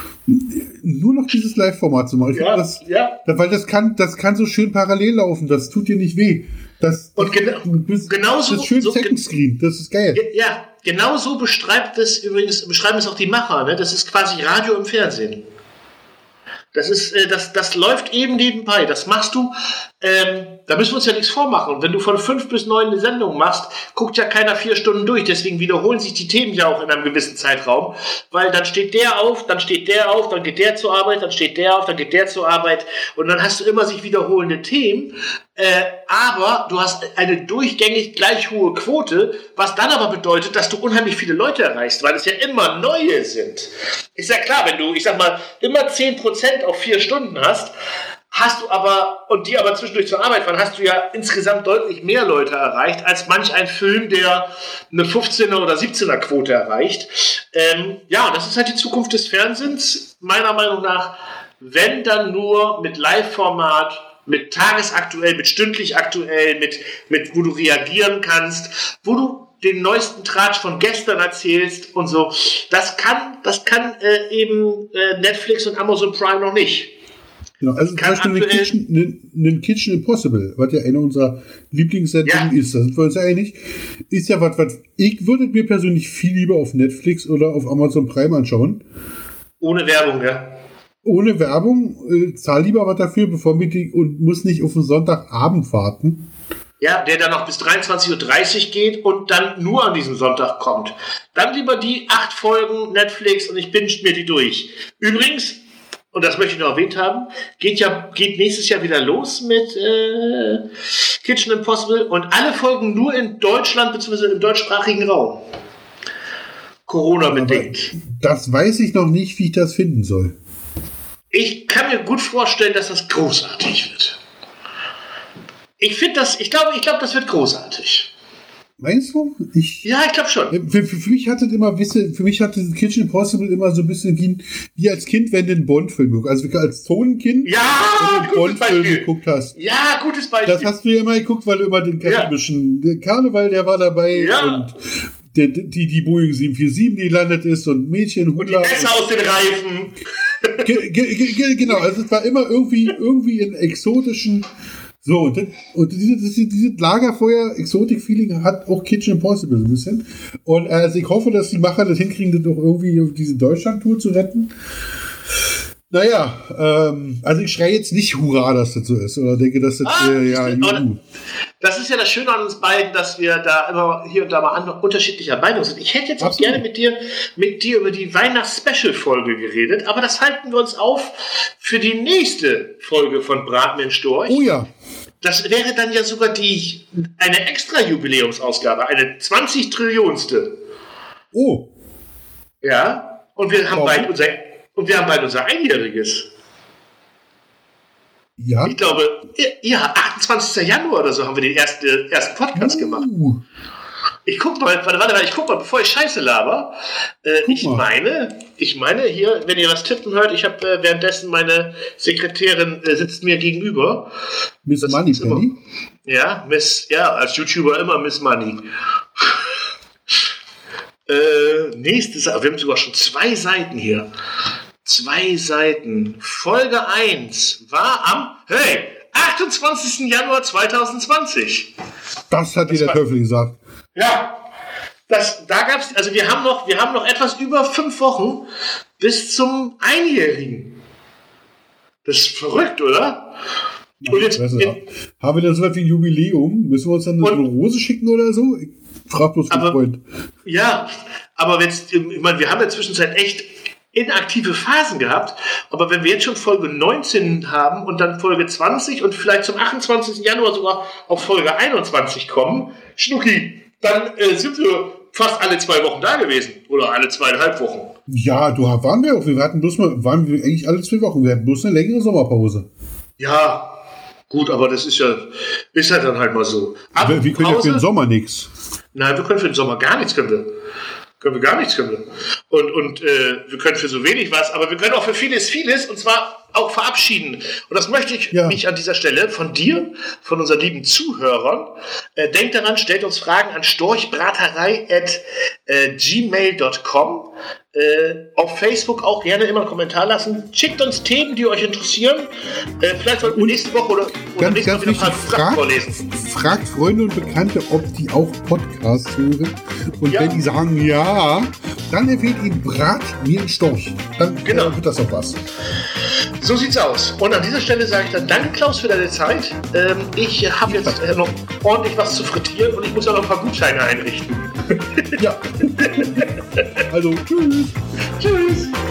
S1: nur noch dieses Live-Format zu machen. Weil das kann so schön parallel laufen. Das tut dir nicht weh.
S2: Und genauso
S1: das ist schön Second Screen, das ist geil.
S2: Ja, genauso beschreiben es auch die Macher, ne? Das ist quasi Radio im Fernsehen. Das ist, das läuft eben nebenbei. Das machst du, da müssen wir uns ja nichts vormachen. Wenn du von 5 bis 9 eine Sendung machst, guckt ja keiner 4 Stunden durch. Deswegen wiederholen sich die Themen ja auch in einem gewissen Zeitraum. Weil dann steht der auf, dann steht der auf, dann geht der zur Arbeit, dann steht der auf, dann geht der zur Arbeit. Und dann hast du immer sich wiederholende Themen. Aber du hast eine durchgängig gleich hohe Quote, was dann aber bedeutet, dass du unheimlich viele Leute erreichst, weil es ja immer neue sind. Ist ja klar, wenn du, ich sag mal, immer 10% auf 4 Stunden hast du aber, und die aber zwischendurch zur Arbeit fahren, hast du ja insgesamt deutlich mehr Leute erreicht, als manch ein Film, der eine 15er oder 17er Quote erreicht. Ja, das ist halt die Zukunft des Fernsehens, meiner Meinung nach, wenn dann nur mit Live-Format, mit tagesaktuell, mit stündlich aktuell, mit wo du reagieren kannst, wo du den neuesten Tratsch von gestern erzählst und so. Das kann eben Netflix und Amazon Prime noch nicht.
S1: Genau, also zum Beispiel ein Kitchen Impossible, was ja eine unserer Lieblingssendungen ist, da sind wir uns ja einig, ist ja was ich würde mir persönlich viel lieber auf Netflix oder auf Amazon Prime anschauen.
S2: Ohne Werbung, ja.
S1: Ohne Werbung, zahl lieber was dafür, und muss nicht auf den Sonntagabend warten.
S2: Ja, der dann noch bis 23:30 Uhr geht und dann nur an diesem Sonntag kommt. Dann lieber die 8 Folgen Netflix und ich binge mir die durch. Übrigens, und das möchte ich noch erwähnt haben, geht nächstes Jahr wieder los mit Kitchen Impossible und alle Folgen nur in Deutschland bzw. im deutschsprachigen Raum. Corona-bedingt.
S1: Das weiß ich noch nicht, wie ich das finden soll.
S2: Ich kann mir gut vorstellen, dass das großartig wird. Ich glaube, das wird großartig.
S1: Meinst du?
S2: Ja, ich glaube schon.
S1: Für mich hatte Kitchen Impossible immer so ein bisschen wie als Kind, wenn du einen Bond-Film guckst. Also als Tonenkind, wenn du einen Bond-Film geguckt hast.
S2: Ja, gutes Beispiel.
S1: Das hast du ja immer geguckt, weil du immer den karibischen Karneval, der war dabei.
S2: Ja.
S1: Und die Boeing 747, die landet ist und Mädchen,
S2: Hula. Und die Messer aus den Reifen.
S1: Genau, also es war immer irgendwie in exotischen. So, und diese Lagerfeuer-Exotik-Feeling hat auch Kitchen Impossible so ein bisschen. Und also ich hoffe, dass die Macher das hinkriegen, das doch irgendwie auf diese Deutschland-Tour zu retten. Naja, also ich schreie jetzt nicht Hurra, dass das so ist. Oder denke, dass das, juhu.
S2: Das ist ja das Schöne an uns beiden, dass wir da immer hier und da mal unterschiedlicher Meinung sind. Ich hätte jetzt auch gerne mit dir über die Weihnachts-Special-Folge geredet, aber das halten wir uns auf für die nächste Folge von Brat mir 'n Storch.
S1: Oh ja.
S2: Das wäre dann ja sogar eine extra Jubiläumsausgabe, eine 20 Trillionste.
S1: Oh.
S2: Ja, und wir haben bald unser Einjähriges.
S1: Ja.
S2: Ich glaube, 28. Januar oder so haben wir den ersten Podcast gemacht. Ich guck mal, bevor ich Scheiße laber. Ich meine hier, wenn ihr was tippen hört, ich habe währenddessen meine Sekretärin sitzt mir gegenüber.
S1: Miss Moneypenny?
S2: Ja, als YouTuber immer Miss Money. Nächstes, wir haben sogar schon 2 Seiten hier. 2 Seiten. Folge 1 war am 28. Januar 2020.
S1: Das hat dir der Teufel gesagt.
S2: Ja, da gab's, also wir haben noch etwas über 5 Wochen bis zum Einjährigen. Das ist verrückt, oder? Und jetzt,
S1: haben wir dann so etwas wie ein Jubiläum? Müssen wir uns dann eine Rose schicken oder so? Ich frag bloß den Freund.
S2: Ja, aber jetzt, ich meine, wir haben ja zwischenzeit echt inaktive Phasen gehabt, aber wenn wir jetzt schon Folge 19 haben und dann Folge 20 und vielleicht zum 28. Januar sogar auf Folge 21 kommen, Schnucki, dann sind wir fast alle 2 Wochen da gewesen oder alle 2,5 Wochen.
S1: Ja, waren wir auch. Waren wir eigentlich alle 2 Wochen. Wir hatten bloß eine längere Sommerpause.
S2: Ja, gut, aber das ist ja dann halt mal so.
S1: Wir können ja für den Sommer nichts.
S2: Nein, wir können für den Sommer gar nichts, können wir. Und wir können für so wenig was, aber wir können auch für vieles, und zwar auch verabschieden. Und das möchte ich mich an dieser Stelle von dir, von unseren lieben Zuhörern, denkt daran, stellt uns Fragen an storchbraterei@gmail.com. Auf Facebook auch gerne immer einen Kommentar lassen. Schickt uns Themen, die euch interessieren. Vielleicht sollten wir nächste Woche oder nächste Woche wieder ein paar Fragen vorlesen.
S1: fragt Freunde und Bekannte, ob die auch Podcasts hören. Und
S2: Ja.
S1: wenn die sagen ja, dann empfiehlt ihnen Brat mir ein Storch. Dann
S2: Genau.
S1: wird das auch was.
S2: So sieht's aus. Und an dieser Stelle sage ich dann danke, Klaus, für deine Zeit. Ich habe jetzt noch ordentlich was zu frittieren und ich muss auch noch ein paar Gutscheine einrichten.
S1: Ja. Also, tschüss.
S2: Tschüss.